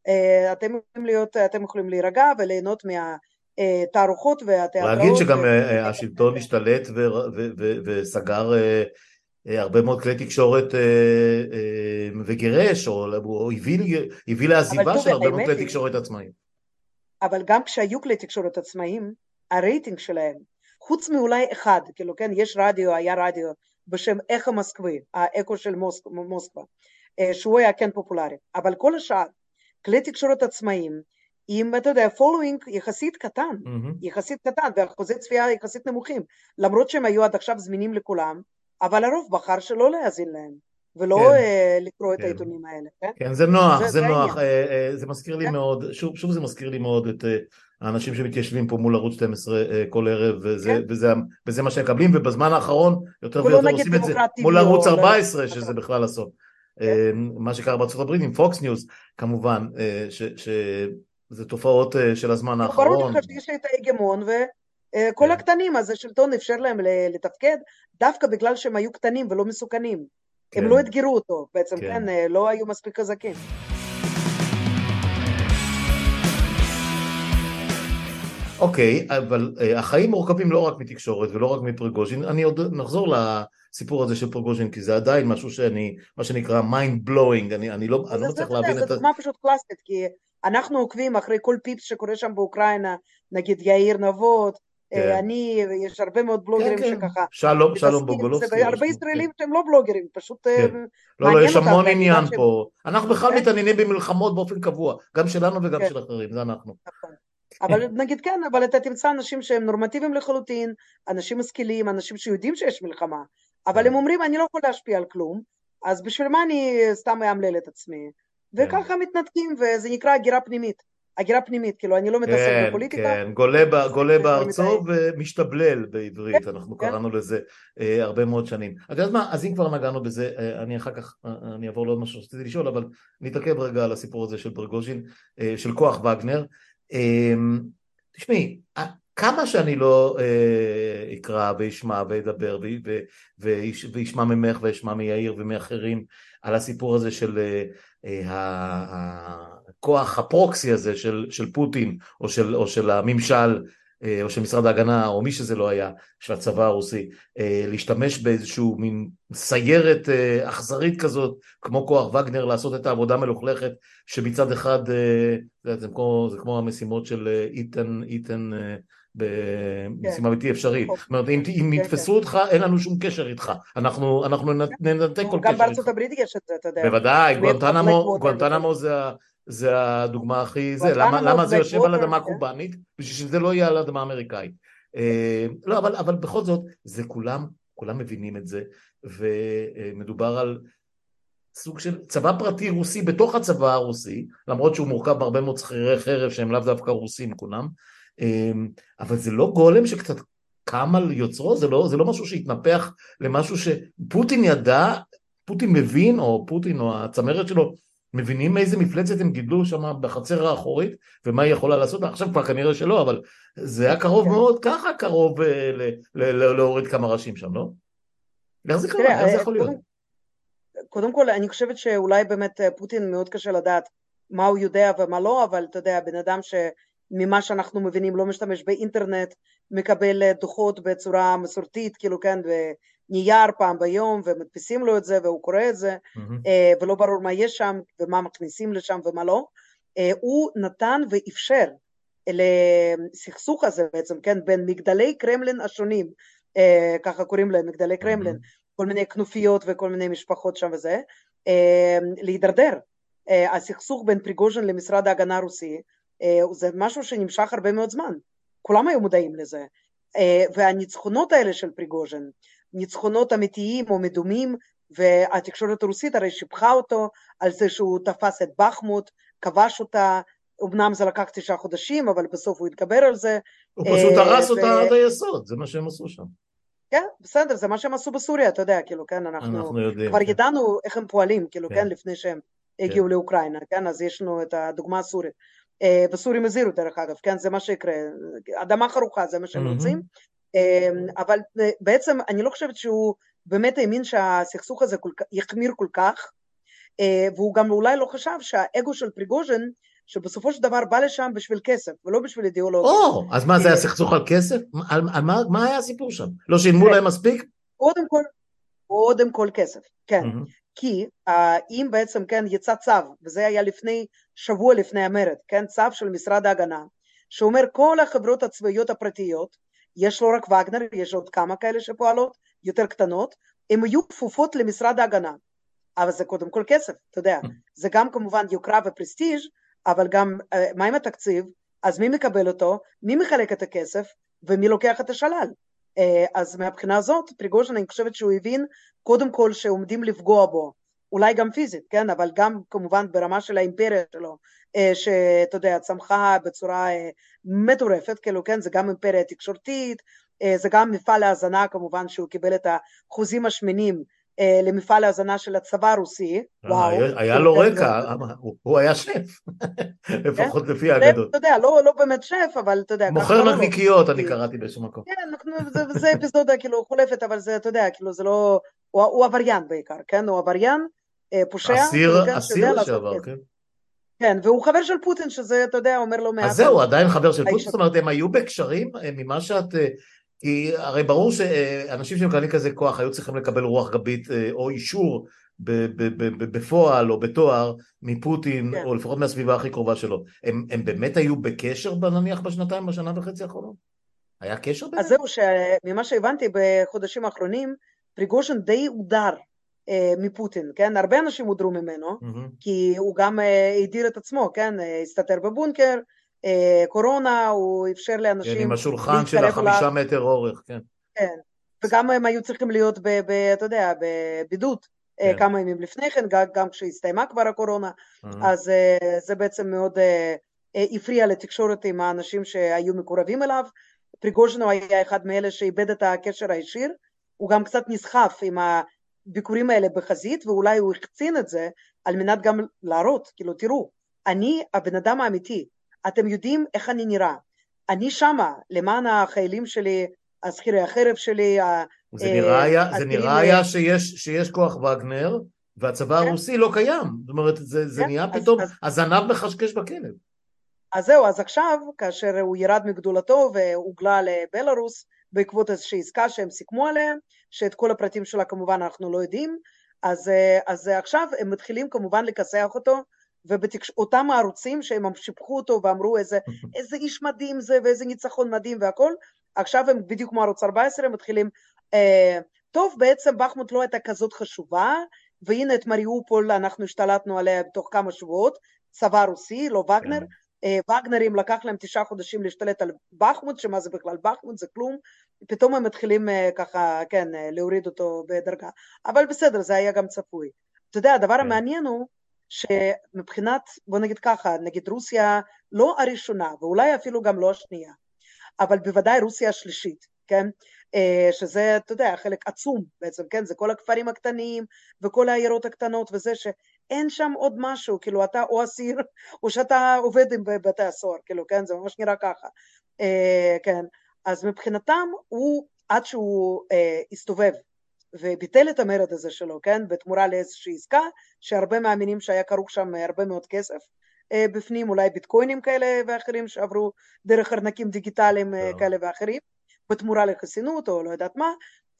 אתם יכולים להירגע וליהנות מהתערוכות והתיאטראות. להגיד שגם השלטון השתלט וסגר הרבה מאוד כלי תקשורת וגירש, או הביא לעזיבה של הרבה מאוד כלי תקשורת עצמאיים. אבל גם כשהיו כלי תקשורת עצמאיים, הרייטינג שלהם, חוץ מאולי אחד, כאילו כן, היה רדיו בשם אקו מוסקבי, האקו של מוסקבה, שהוא היה כן פופולרי, אבל כל השאר, כלי תקשורת עצמאיים, עם, אתה יודע, following יחסית קטן, ואחוזי צפייה יחסית נמוכים, למרות שהם היו עד עכשיו זמינים לכולם, אבל הרוב בחר שלא להאזין להם, ולא לקרוא את העיתונים האלה. כן, זה נוח, זה נוח, זה מזכיר לי מאוד, שוב זה מזכיר לי מאוד את האנשים שמתיישבים פה מול ערוץ 12 כל ערב, וזה מה שהם מקבלים, ובזמן האחרון יותר ויותר עושים את זה מול ערוץ 14, שזה בכלל אסון. מה שקרה בארצות הברית עם פוקס ניוז, כמובן, שזה תופעות של הזמן האחרון. ברור לך שיש את ההגמון, וכל הקטנים, אז השלטון אפשר להם לתפקד, דווקא בגלל שהם היו קטנים ולא מסוכנים. הם לא התגרו אותו, בעצם, כן, לא היו מספיק חזקים. אוקיי, אבל החיים מורכבים לא רק מתקשורת ולא רק מפריגוז'ין, אני עוד נחזור לסיפור הזה של פריגוז'ין, כי זה עדיין משהו מה שנקרא mind blowing, אני לא צריך להבין את זה. זו דוגמה פשוט קלאסית, כי אנחנו עוקבים אחרי כל פיפס שקורה שם באוקראינה, נגיד יאיר נבות, יש הרבה מאוד בלוגרים שככה. שלום בוגולובסקי. הרבה ישראלים שהם לא בלוגרים, פשוט לא, יש המון עניין פה. אנחנו בכלל מתעניינים במלחמות באופן קבוע, גם שלנו וגם של אחרים, זה אנחנו. אבל נגיד כן, אבל אתה תמצא אנשים שהם נורמטיביים לחלוטין, אנשים משכילים, אנשים שיודעים שיש מלחמה, אבל הם אומרים, אני לא יכול להשפיע על כלום, אז בשביל מה אני סתם אמלל את עצמי? וככה מתנתקים, וזה נקרא הגירה פנימית, כאילו אני לא מתעסק בפוליטיקה. כן, גולה בארצו ומשתבלל בעברית, אנחנו קראנו לזה הרבה מאוד שנים. אתה יודע מה, אז אם כבר נגענו בזה, אני אחר כך, אני אעבור לעוד משהו שרציתי לשאול, אבל נתעכב רגע על הסיפור הזה של פריגוז'ין, של כוח וגנר. תשמעי, כמה שאני לא אקרא וישמע וידבר וישמע ממך וישמע מיאיר ומאחרים על הסיפור הזה של הכוח הפרוקסי הזה של פוטין או של הממשל או של משרד ההגנה או מי שזה לא היה, של הצבא הרוסי, להשתמש באיזשהו מין סיירת אכזרית כזאת כמו כוח וגנר, לעשות את העבודה מלוכלכת שמצד אחד זה כמו המשימות של איתן במשימה בלתי אפשרית. זאת אומרת, אם יתפסו אותך, אין לנו שום קשר איתך. אנחנו ננתק כל קשר איתך. גם בארצות הברית יש את זה, אתה יודע. בוודאי, גואנטנמו זה הדוגמה הכי זה. למה זה יושב על אדמה קובאנית? בשביל שזה לא יהיה על אדמה אמריקאית. לא, אבל בכל זאת, זה כולם מבינים את זה, ומדובר על סוג של צבא פרטי רוסי בתוך הצבא הרוסי, למרות שהוא מורכב בהרבה מאוד שכירי חרב שהם לאו דווקא רוסים כולם, אבל זה לא גולם שקצת קם על יוצרו, זה לא משהו שהתנפח למשהו שפוטין ידע, פוטין מבין, או פוטין או הצמרת שלו מבינים איזה מפלצת הם גידלו שם בחצר האחורית, ומה היא יכולה לעשות. עכשיו כבר כנראה שלא, אבל זה היה קרוב מאוד, ככה קרוב להוריד כמה ראשים שם, לא? איך זה קרה? איך זה יכול להיות? קודם כל, אני חושבת שאולי באמת פוטין מאוד קשה לדעת מה הוא יודע ומה לא, אבל אתה יודע, בן אדם שממה שאנחנו מבינים לא משתמש באינטרנט, מקבל דוחות בצורה מסורתית, כאילו כן, ונייר פעם ביום, ומדפיסים לו את זה, והוא קורא את זה, ולא ברור מה יש שם, ומה מכניסים לשם ומה לא. הוא נתן ואפשר לסכסוך הזה בעצם, כן, בין מגדלי קרמלין השונים, ככה קוראים להם מגדלי קרמלין, כל מיני כנופיות וכל מיני משפחות שם וזה, להידרדר. הסכסוך בין פריגוז'ין למשרד ההגנה הרוסי, זה משהו שנמשך הרבה מאוד זמן, כולם היו מודעים לזה, והניצחונות האלה של פריגוז'ין, ניצחונות אמיתיים או מדומים, והתקשורת הרוסית הרי שיבחה אותו על זה שהוא תפס את בחמוט, כבש אותה, אמנם זה לקח 9 חודשים, אבל בסוף הוא התגבר על זה. הוא פשוט הרס אותה עד היסוד, זה מה שהם עשו שם. כן, בסדר, זה מה שהם עשו בסוריה, אתה יודע, כאילו, כן, אנחנו יודעים, כבר כן. ידענו איך הם פועלים, כאילו, כן. כן, לפני שהם הגיעו לאוקראינה, כן, אז יש לנו את הדוגמה הסורית. בסורים הזהירו דרך אגב, כן, זה מה שיקרה, אדמה חרוכה, זה מה שהם רוצים, אבל בעצם אני לא חושבת שהוא באמת האמין שהסכסוך הזה יחמיר כל כך, והוא גם אולי לא חשב שהאגו של פריגוז'ין, שבסופו של דבר בא לשם בשביל כסף, ולא בשביל אידיאולוגיה. אז מה, זה היה סכסוך על כסף? מה היה הסיפור שם? לא שילמו להם מספיק? קודם כל כסף, כן. כי אם בעצם, כן, יצא צו, וזה היה שבוע לפני המרד, כן, צו של משרד ההגנה, שאומר כל החברות הצבאיות הפרטיות, יש לא רק וגנר, יש עוד כמה כאלה שפועלות, יותר קטנות, הן יהיו כפופות למשרד ההגנה. אבל זה קודם כל כסף, אתה יודע. זה גם כמובן יוקרה ופרסטיג', אבל גם מה עם התקציב? אז מי מקבל אותו? מי מחלק את הכסף? ומי לוקח את השלל? אז מהבחינה הזאת, פריגוז'ין, אני חושבת שהוא הבין קודם כל שעומדים לפגוע בו, אולי גם פיזית, כן? אבל גם כמובן ברמה של האימפריה שלו, שאתה יודע, צמחה בצורה מטורפת, כאילו, כן? זה גם אימפריה תקשורתית, זה גם מפעל ההזנה, כמובן שהוא קיבל את החוזים השמנים, למפעל ההזנה של הצבא הרוסי. היה לו רקע, הוא היה שף, לפחות לפי האגדות. אתה יודע, לא באמת שף, אבל אתה יודע, מוכר נקניקיות, אני קראתי באיזשהו מקום. כן, זה אפיזודה כאילו חולפת, אבל זה, אתה יודע, כאילו זה לא, הוא עבריין בעיקר, כן? הוא עבריין, פושע. אסיר לשעבר, כן. כן, והוא חבר של פוטין, שזה, אתה יודע, אומר לו מעט. אז זהו, עדיין חבר של פוטין, זאת אומרת, הם היו בקשרים ממה שאת... כי הרי ברור שאנשים שמקבלים כזה כוח היו צריכים לקבל רוח גבית או אישור בפועל או בתואר מפוטין, או לפחות מהסביבה הכי קרובה שלו. הם באמת היו בקשר נניח בשנה וחצי האחרונות? היה קשר ביניהם? אז זהו, ממה שהבנתי בחודשים האחרונים, פריגוז'ין די הודר מפוטין, כן? הרבה אנשים הודרו ממנו, כי הוא גם הדיר את עצמו, כן? הסתתר בבונקר, קורונה, הוא אפשר לאנשים... כן, עם השולחן של 5 מטר אורך, כן. כן, וגם הם היו צריכים להיות, אתה יודע, בבידוד, כמה ימים לפני כן, גם כשהסתיימה כבר הקורונה, אז זה בעצם מאוד הפריע לתקשורת עם האנשים שהיו מקורבים אליו. פריגוז'ין היה אחד מאלה שאיבד את הקשר הישיר, הוא גם קצת נסחף עם הביקורים האלה בחזית, ואולי הוא החצין את זה על מנת גם להראות, כאילו תראו, אני הבן אדם האמיתי, אתם יודעים איך אני נראה, אני שמה למען החיילים שלי, השכירי החרב שלי. זה נראה היה שיש כוח וגנר, והצבא הרוסי לא קיים, זאת אומרת זה נהיה פתאום, הזנב מחשקש בכלב. אז זהו, אז עכשיו, כאשר הוא ירד מגדולתו והוגלה לבלרוס, בעקבות איזושהי עסקה שהם סיכמו עליה, שאת כל הפרטים שלה כמובן אנחנו לא יודעים, אז עכשיו הם מתחילים כמובן לכסח אותו, ואותם הערוצים שהם שיבחו אותו ואמרו איזה איש מדהים זה ואיזה ניצחון מדהים והכל, עכשיו הם בדיוק כמו ערוץ 14, הם מתחילים, טוב, בעצם בחמוט לא הייתה כזאת חשובה, והנה את מריופול אנחנו השתלטנו עליה בתוך כמה שבועות, צבא רוסי, לא וגנר, וגנרים לקח להם 9 חודשים להשתלט על בחמוט, שמה זה בכלל בחמוט, זה כלום, פתאום הם מתחילים ככה, כן, להוריד אותו בדרגה, אבל בסדר, זה היה גם צפוי. אתה יודע, הדבר המעניין הוא, שמבחינת, בוא נגיד ככה, נגיד רוסיה לא הראשונה, ואולי אפילו גם לא השנייה, אבל בוודאי רוסיה השלישית, כן? שזה, אתה יודע, חלק עצום בעצם, כן? זה כל הכפרים הקטנים, וכל העיירות הקטנות, וזה שאין שם עוד משהו, כאילו אתה או אסיר, או שאתה עובד עם בתי הסוהר, כאילו, כן? זה ממש נראה ככה. כן, אז מבחינתם, הוא, עד שהוא הסתובב, וביטל את המרד הזה שלו, כן? בתמורה לאיזושהי עסקה, שהרבה מאמינים שהיה כרוך שם הרבה מאוד כסף, בפנים, אולי ביטקוינים כאלה ואחרים שעברו דרך ארנקים דיגיטליים כאלה ואחרים, בתמורה לחסינות או לא יודעת מה,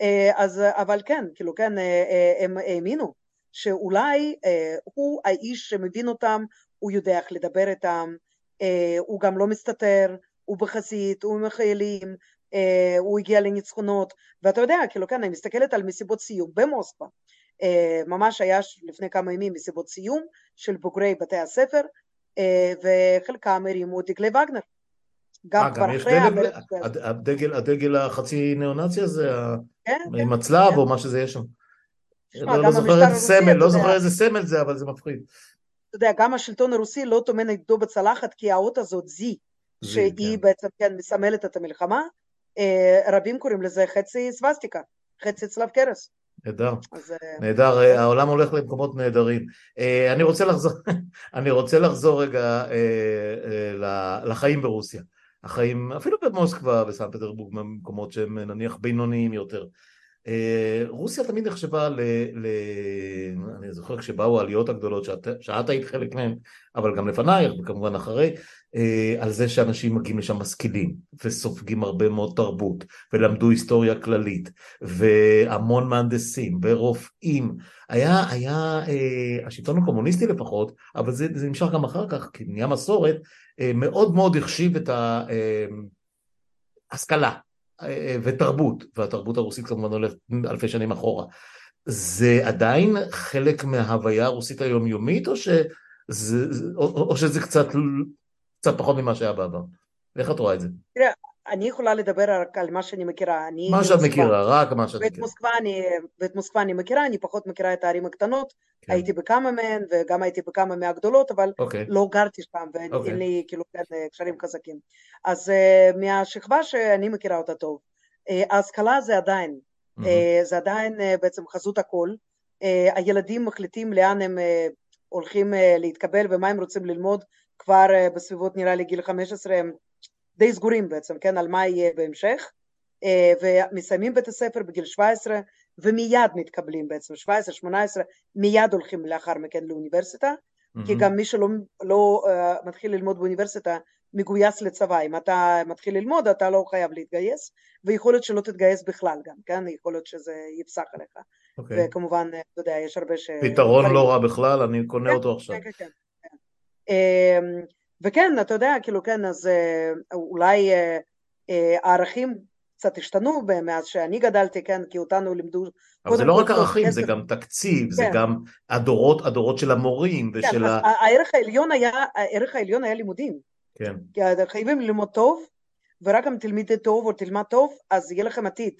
אבל כן, כאילו כן, הם האמינו שאולי הוא האיש שמבין אותם, הוא יודע איך לדבר איתם, הוא גם לא מסתתר, הוא בחזית, הוא עם החיילים, הוא הגיע לניצחונות, ואתה יודע, כאילו כן, אני מסתכלת על מסיבות סיום במוסקבה, ממש היה לפני כמה ימים מסיבות סיום של בוגרי בתי הספר, וחלקם הרימו דגלי וגנר, גם גם כבר יש אחרי המרד. הדגל החצי ניאו-נאצי הזה, כן, כן, עם הצלב כן. או מה שזה יש שם. תשמע, לא גם זוכר המשטר איזה הרוסי, סמל, אתה לא יודע, זוכר איזה סמל זה, אבל זה מפחיד. אתה יודע, גם השלטון הרוסי לא טומן נגדו בצלחת, כי האות הזאת זי, זי, כן. שהיא בעצם כן מסמלת את המלחמה, רבים קוראים לזה חצי סווסטיקה, חצי צלב קרס. נהדר, אז נהדר, כן. העולם הולך למקומות נהדרים. אני רוצה לחזור, אני רוצה לחזור רגע לחיים ברוסיה. החיים, אפילו במוסקבה וסן פטרבורג, במקומות שהם נניח בינוניים יותר. רוסיה תמיד נחשבה אני זוכר כשבאו העליות הגדולות שאת היית חלק מהן, אבל גם לפנייך וכמובן אחרי, על זה שאנשים מגיעים לשם משכילים וסופגים הרבה מאוד תרבות ולמדו היסטוריה כללית והמון מהנדסים ורופאים. היה השלטון הקומוניסטי לפחות, אבל זה נמשך גם אחר כך כי נהיה מסורת, מאוד מאוד החשיב את ההשכלה ותרבות, והתרבות הרוסית כמובן הולכת אלפי שנים אחורה. זה עדיין חלק מההוויה הרוסית היומיומית, או שזה קצת פחות ממה שהיה בעבר? איך את רואה את זה? תראה, אני יכולה לדבר רק על מה שאני מכירה, אני מה שאת ממוסקבה. מכירה, רק מה שאת ואת מכירה. מוסקבה אני מכירה, אני פחות מכירה את הערים הקטנות, כן, הייתי בכמה מהן וגם הייתי בכמה מהגדולות, אבל אוקיי, לא גרתי שם ואין אוקיי. לי כאילו קשרים חזקים. אז מהשכבה שאני מכירה אותה טוב, ההשכלה זה עדיין בעצם חזות הכל, הילדים מחליטים לאן הם הולכים להתקבל ומה הם רוצים ללמוד, כבר בסביבות נראה לי גיל 15 הם די סגורים בעצם, כן, על מה יהיה בהמשך, ומסיימים בית הספר בגיל 17 ומיד מתקבלים בעצם 17-18 מיד הולכים לאחר מכן לאוניברסיטה, כי גם מי שלא מתחיל ללמוד באוניברסיטה מגויס לצבא, אם אתה מתחיל ללמוד אתה לא חייב להתגייס, ויכול להיות שלא תתגייס בכלל גם, כן, יכול להיות שזה יפסח עליך, אוקיי. וכמובן אתה יודע יש הרבה פתרון שבוחרים. לא רע בכלל, אני קונה כן, אותו עכשיו. כן, כן, כן. וכן, אתה יודע, כאילו כן, אז אולי הערכים קצת השתנו מאז שאני גדלתי, כן, כי אותנו לימדו אבל זה קודם לא כל רק טוב ערכים, זה כסף. גם תקציב, זה כן, גם הדורות של המורים כן, ושל אז הערך העליון היה לימודים, כן. כי חייבים ללמוד טוב, ורק אם תלמיד טוב או תלמד טוב, אז יהיה לכם עתיד.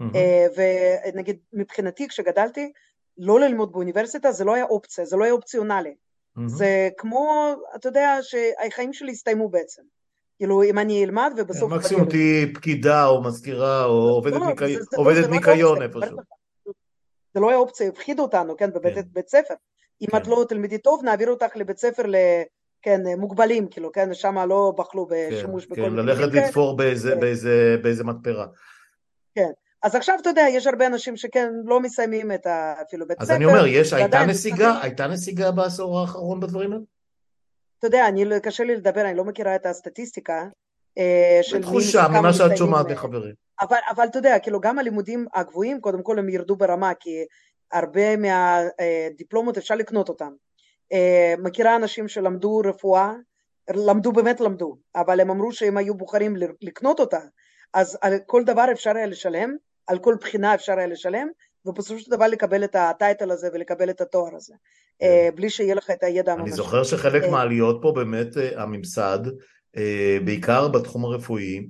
ונגיד מבחינתי כשגדלתי, לא ללמוד באוניברסיטה זה לא היה אופציה, זה לא היה אופציונלי. זה כמו, אתה יודע, שהחיים שלי הסתיימו בעצם. כאילו, אם אני אלמד ובסוף כבר מקסימום ילד. תהיי פקידה או מזכירה או עובדת זה לא היה ניקיון אופציה. איפשהו. זה לא היה אופציה, הפחידו אותנו, כן, כן, בבית ספר. אם כן, את לא תלמידי טוב, נעביר אותך לבית ספר כן, מוגבלים, כאילו, כן, שם לא בחלו כן, בשימוש בכל כן, מיני ללכת כלים כאלה. לתפור באיזה מתפרה. כן. אז עכשיו אתה יודע, יש הרבה אנשים שכן לא מסיימים את אפילו בית אז אני ספר, אומר, ועדיין נפתחים. הייתה נסיגה בעשור האחרון בדברים האלה? אתה יודע, קשה לי לדבר, אני לא מכירה את הסטטיסטיקה של בתחושה, כמה ממה שאת מסיימים. שומעת מחברים. אבל אתה יודע, כאילו גם הלימודים הגבוהים, קודם כל הם ירדו ברמה, כי הרבה מהדיפלומות אפשר לקנות אותם. מכירה אנשים שלמדו רפואה, באמת למדו, אבל הם אמרו שהם היו בוחרים לקנות אותה, אז על כל דבר אפשר היה לשלם, על כל בחינה אפשר היה לשלם, ובסופו של דבר לקבל את הטייטל הזה ולקבל את התואר הזה, בלי שיהיה לך את הידע הממשי. אני זוכר שחלק מהעליות פה באמת הממסד, בעיקר בתחום הרפואי,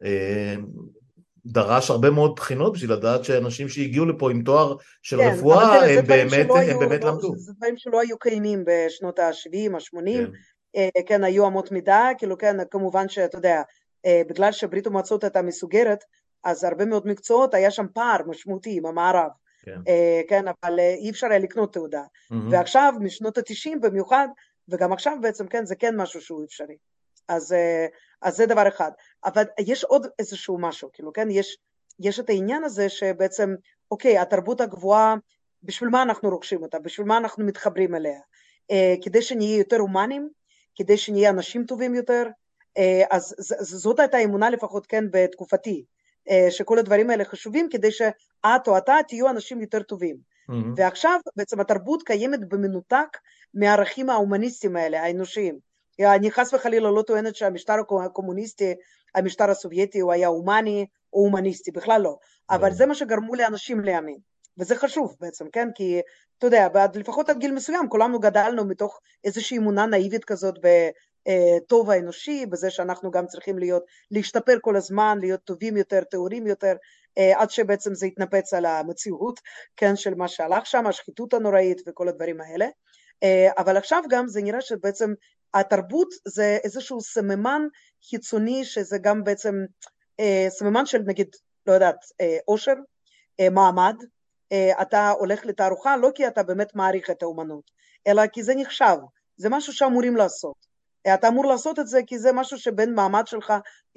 דרש הרבה מאוד בחינות בשביל לדעת שאנשים שהגיעו לפה עם תואר של רפואה, הם באמת למדו. זה דברים שלא היו קיימים בשנות ה-70, ה-80, כן. כן, היו אמות מידה, כאילו כן, כמובן שאתה יודע, בגלל שברית המועצות הייתה מסוגרת, אז הרבה מאוד מקצועות היה שם פער משמעותי עם המערב, כן. כן, אבל אי אפשר היה לקנות תעודה, ועכשיו משנות ה-90 במיוחד, וגם עכשיו בעצם כן, זה כן משהו שהוא אפשרי, אז זה דבר אחד, אבל יש עוד איזשהו משהו, כאילו כן, יש את העניין הזה שבעצם, אוקיי, התרבות הגבוהה, בשביל מה אנחנו רוכשים אותה, בשביל מה אנחנו מתחברים אליה, כדי שנהיה יותר הומנים, כדי שנהיה אנשים טובים יותר, אז זאת הייתה האמונה לפחות כן בתקופתי, שכל הדברים האלה חשובים כדי שאת או אתה תהיו אנשים יותר טובים, ועכשיו בעצם התרבות קיימת במנותק מהערכים ההומניסטיים האלה, האנושיים, אני חס וחלילה לא טוענת שהמשטר הקומוניסטי, המשטר הסובייטי הוא היה הומני או הומניסטי, בכלל לא. אבל זה מה שגרמו לאנשים להאמין. וזה חשוב בעצם, כן? כי אתה יודע, לפחות עד גיל מסוים, כולנו גדלנו מתוך איזושהי אמונה נאיבית כזאת בטוב האנושי, בזה שאנחנו גם צריכים להשתפר כל הזמן, להיות טובים יותר, טהורים יותר, עד שבעצם זה יתנפץ על המציאות, כן? של מה שהלך שם, השחיתות הנוראית וכל הדברים האלה. אבל עכשיו גם זה נראה שבעצם התרבות זה איזשהו סממן חיצוני, שזה גם בעצם סממן של נגיד, לא יודעת, עושר, מעמד. אתה הולך לתערוכה לא כי אתה באמת מעריך את האומנות, אלא כי זה נחשב, זה משהו שאמורים לעשות. אתה אמור לעשות את זה כי זה משהו שבן מעמד שלך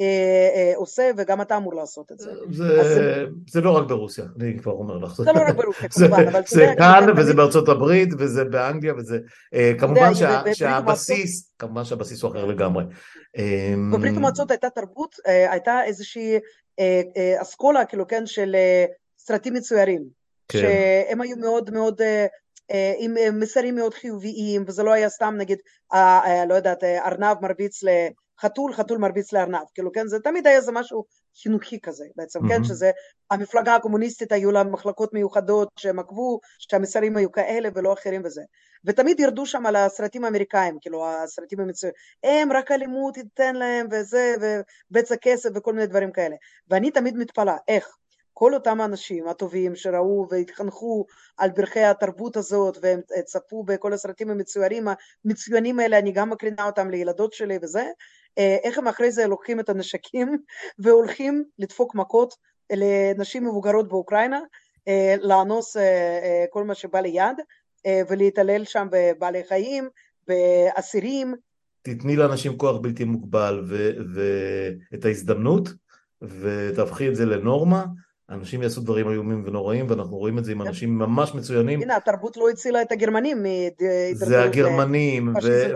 עושה, וגם אתה אמור לעשות את זה. זה לא רק ברוסיה, אני כבר אומר לך. זה לא רק ברוסיה כמובן, אבל זה כאן וזה בארצות הברית וזה באנגליה וזה כמובן שהבסיס, כמובן שהבסיס הוא אחר לגמרי. בברית המועצות הייתה תרבות, הייתה איזושהי אסכולה כאילו כן של סרטים מצוירים, שהם היו מאוד מאוד עם מסרים מאוד חיוביים, וזה לא היה סתם נגיד, לא יודעת, ארנב מרביץ לחתול, חתול מרביץ לארנב, כאילו כן, זה תמיד היה איזה משהו חינוכי כזה בעצם, כן, שזה המפלגה הקומוניסטית היו לה מחלקות מיוחדות שהם עקבו, שהמסרים היו כאלה ולא אחרים וזה, ותמיד ירדו שם על הסרטים האמריקאים, כאילו הסרטים המצוירים, הם רק אלימות ייתן להם וזה, ובצע כסף וכל מיני דברים כאלה, ואני תמיד מתפלאה, איך? כל אותם האנשים הטובים שראו והתחנכו על ברכי התרבות הזאת, והם צפו בכל הסרטים המצוינים האלה, אני גם מקרינה אותם לילדות שלי וזה, איך הם אחרי זה לוקחים את הנשקים, והולכים לדפוק מכות לנשים מבוגרות באוקראינה, לאנוס כל מה שבא ליד, ולהתעלל שם בבעלי חיים, באסירים. תתני לאנשים כוח בלתי מוגבל ואת ההזדמנות, ותהפכי את זה לנורמה, אנשים יעשו דברים איומים ונוראים, ואנחנו רואים את זה עם אנשים ממש מצוינים. הנה, התרבות לא הצילה את הגרמנים. זה הגרמנים,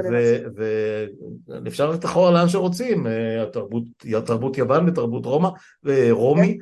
ואפשר ללכת אחורה לאן שרוצים, התרבות יוון ותרבות רומי,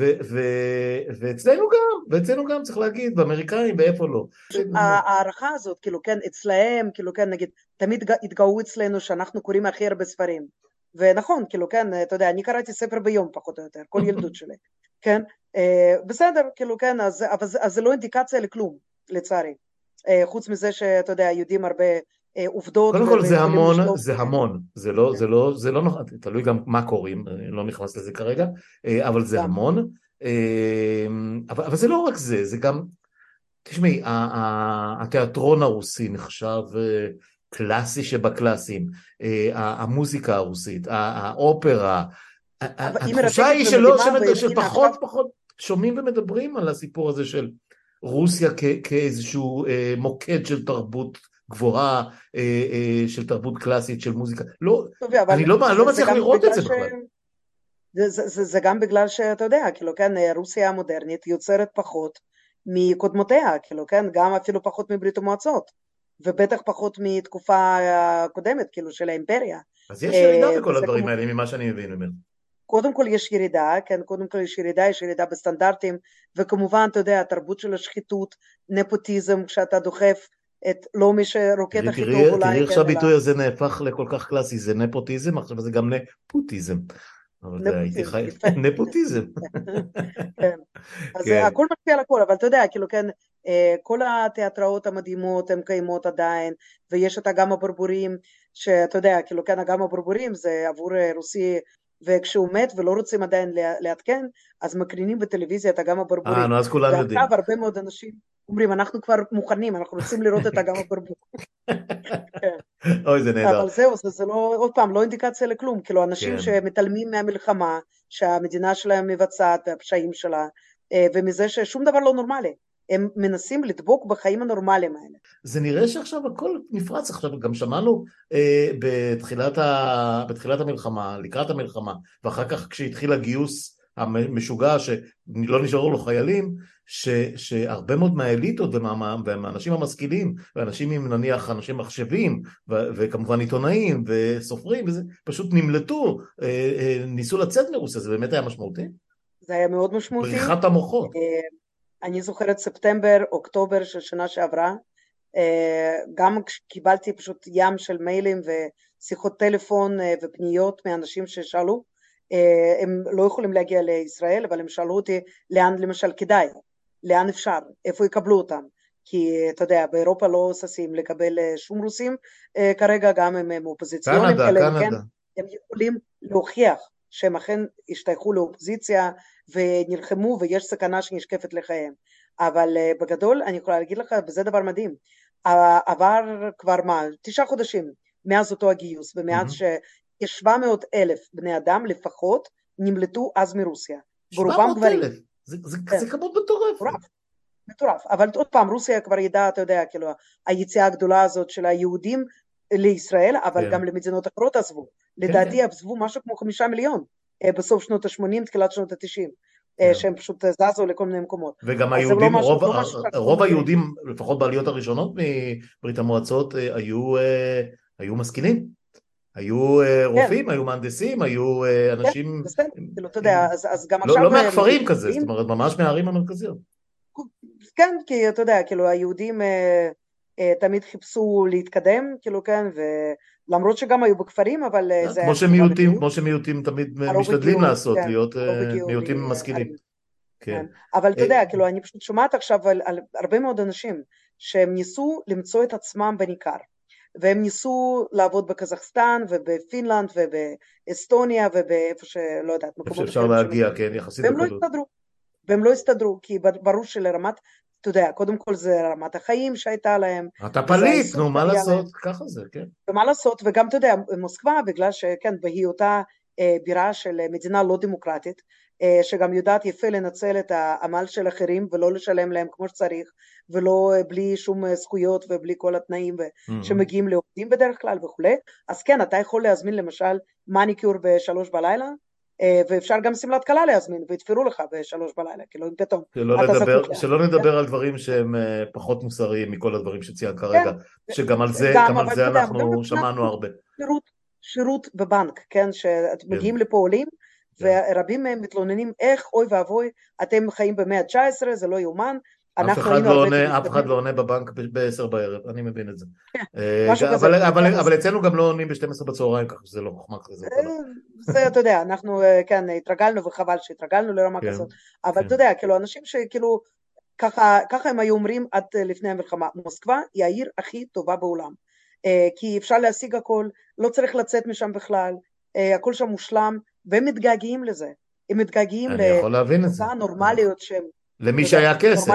ואצלנו גם צריך להגיד, באמריקאים, באיפה לא. הערכה הזאת, כאילו כן, אצלהם, כאילו כן, נגיד, תמיד התגאו אצלנו שאנחנו קוראים הכי הרבה ספרים. ונכון, כאילו כן, אתה יודע, אני קראתי ספר ביום פחות או יותר, כל ילדות שלי. כן, בסדר, כאילו כן, אבל זה לא אינדיקציה לכלום, לצערי. חוץ מזה שאתה יודע, יודעים הרבה עובדות. קודם כל זה המון, זה לא נורא, תלוי גם מה קוראים, לא נכנס לזה כרגע, אבל זה המון, אבל זה לא רק זה, זה גם, תשמעי, התיאטרון הרוסי נחשב קלאסי שבקלאסים, המוזיקה הרוסית, האופרה, התחושה היא שפחות שומעים ומדברים על הסיפור הזה של רוסיה כאיזשהו מוקד של תרבות גבוהה, של תרבות קלאסית, של מוזיקה. אני לא מצליח לראות את זה בכלל. זה גם בגלל שאתה יודע, כאילו כן, רוסיה המודרנית יוצרת פחות מקודמותיה, כאילו כן, גם אפילו פחות מברית המועצות, ובטח פחות מתקופה הקודמת, כאילו של האימפריה. אז יש ירידה בכל הדברים האלה, ממה שאני מבין ממנו. קודם כל יש ירידה, כן, קודם כל יש ירידה בסטנדרטים, וכמובן, אתה יודע, התרבות של השחיתות, נפוטיזם, כשאתה דוחף את לא מי שרוקט הכי טוב אולי. תראי איך שהביטוי הזה נהפך לכל כך קלאסי, זה נפוטיזם, עכשיו זה גם נפוטיזם. נפוטיזם. כן, אז הכל משפיע על הכל, אבל אתה יודע, כאילו כן, כל התיאטראות המדהימות הן קיימות עדיין, ויש את אגם הברבורים, שאתה יודע, כאילו כן, אגם הברבורים זה עבור רוסי, וכשהוא מת ולא רוצים עדיין לעדכן, אז מקרינים בטלוויזיה את אגם הברבורים. אז כולם יודעים. ועכשיו הרבה מאוד אנשים אומרים, אנחנו כבר מוכנים, אנחנו רוצים לראות את אגם הברבור. אוי, זה נהדר. אבל זהו, זה לא, עוד פעם, לא אינדיקציה לכלום, כאילו אנשים שמתעלמים מהמלחמה, שהמדינה שלהם מבצעת, והפשעים שלה, ומזה ששום דבר לא נורמלי. הם מנסים לדבוק בחיים הנורמליים האלה. זה נראה שעכשיו הכל נפרץ, עכשיו גם שמענו בתחילת המלחמה, לקראת המלחמה, ואחר כך כשהתחיל הגיוס המשוגע שלא נשארו לו חיילים, שהרבה מאוד מהאליטות ומהאנשים המשכילים, ואנשים עם נניח אנשים מחשבים, וכמובן עיתונאים וסופרים, וזה פשוט נמלטו, ניסו לצאת מרוסיה, זה באמת היה משמעותי? זה היה מאוד משמעותי. בריחת המוחות. אני זוכרת ספטמבר, אוקטובר של שנה שעברה, גם קיבלתי פשוט ים של מיילים ושיחות טלפון ופניות מאנשים ששאלו, הם לא יכולים להגיע לישראל, אבל הם שאלו אותי לאן למשל כדאי, לאן אפשר, איפה יקבלו אותם, כי אתה יודע, באירופה לא ששים לקבל שום רוסים, כרגע גם הם אופוזיציונים, אלא אם כן הם יכולים להוכיח שהם אכן השתייכו לאופוזיציה ונלחמו ויש סכנה שנשקפת לחייהם. אבל בגדול אני יכולה להגיד לך, וזה דבר מדהים, עבר כבר 9 חודשים מאז אותו הגיוס, ומאז ש700,000 בני אדם לפחות נמלטו אז מרוסיה. 700,000? זה כמות מטורפת. מטורף, אבל עוד פעם, רוסיה כבר ידעה, אתה יודע, כאילו, היציאה הגדולה הזאת של היהודים לישראל, אבל גם למדינות אחרות עזבו. לדעתי עזבו משהו כמו 5 מיליון, בסוף שנות ה-80, תחילת שנות ה-90. שהם פשוט זזו לכל מיני מקומות. וגם היהודים, רוב היהודים, לפחות בעליות הראשונות מברית המועצות, היו משכילים. היו רופאים, היו מהנדסים, היו אנשים... אתה יודע, אז גם עכשיו... לא מהכפרים כזה, זאת אומרת, ממש מהערים המרכזיות. כן, כי אתה יודע, כאילו היהודים תמיד חיפשו להתקדם, כאילו כן, ולמרות שגם היו בכפרים, אבל זה... כמו שמיעוטים תמיד משתדלים לעשות, להיות מיעוטים משכילים. אבל אתה יודע, כאילו אני פשוט שומעת עכשיו על הרבה מאוד אנשים שהם ניסו למצוא את עצמם בניכר, והם ניסו לעבוד בקזחסטן ובפינלנד ובאסטוניה ובאיפה שלא יודעת, מקומות אפשר להגיע, כן, יחסית בקלות. והם לא הסתדרו, כי ברור שלרמת, אתה יודע, קודם כל זה רמת החיים שהייתה להם. אתה פליט, נו, מה לעשות? ככה זה, כן. ומה לעשות, וגם, אתה יודע, מוסקבה, בגלל שכן, בהיותה בירה של מדינה לא דמוקרטית, שגם יודעת יפה לנצל את העמל של אחרים, ולא לשלם להם כמו שצריך, ולא בלי שום זכויות, ובלי כל התנאים שמגיעים לעובדים בדרך כלל וכו'. אז כן, אתה יכול להזמין למשל מניקור ב3 בלילה, ואפשר גם סמלת קלה להזמין, ויתפרו לך ב3 בלילה, כאילו אם פתאום שלא נדבר על דברים שהם פחות מוסריים מכל הדברים שציינת כרגע, שגם על זה אנחנו שמענו הרבה. שירות בבנק, כן, שמגיעים לפה עולים, ורבים מהם מתלוננים איך, אוי ואבוי, אתם חיים במאה ה-19, זה לא יאומן, אף אחד לא עונה בבנק ב10 בערב, אני מבין את זה. אבל אצלנו גם לא עונים ב12 בצהריים, כך שזה לא חוכמה כזה. זה, אתה יודע, אנחנו כן התרגלנו, וחבל שהתרגלנו לרמה כזאת, אבל אתה יודע, כאילו אנשים שכאילו, ככה הם היו אומרים עד לפני המלחמה, מוסקבה היא העיר הכי טובה בעולם, כי אפשר להשיג הכל, לא צריך לצאת משם בכלל, הכל שם מושלם, והם מתגעגעים לזה, הם מתגעגעים לתוצאה נורמליות שהם, למי שהיה כסף,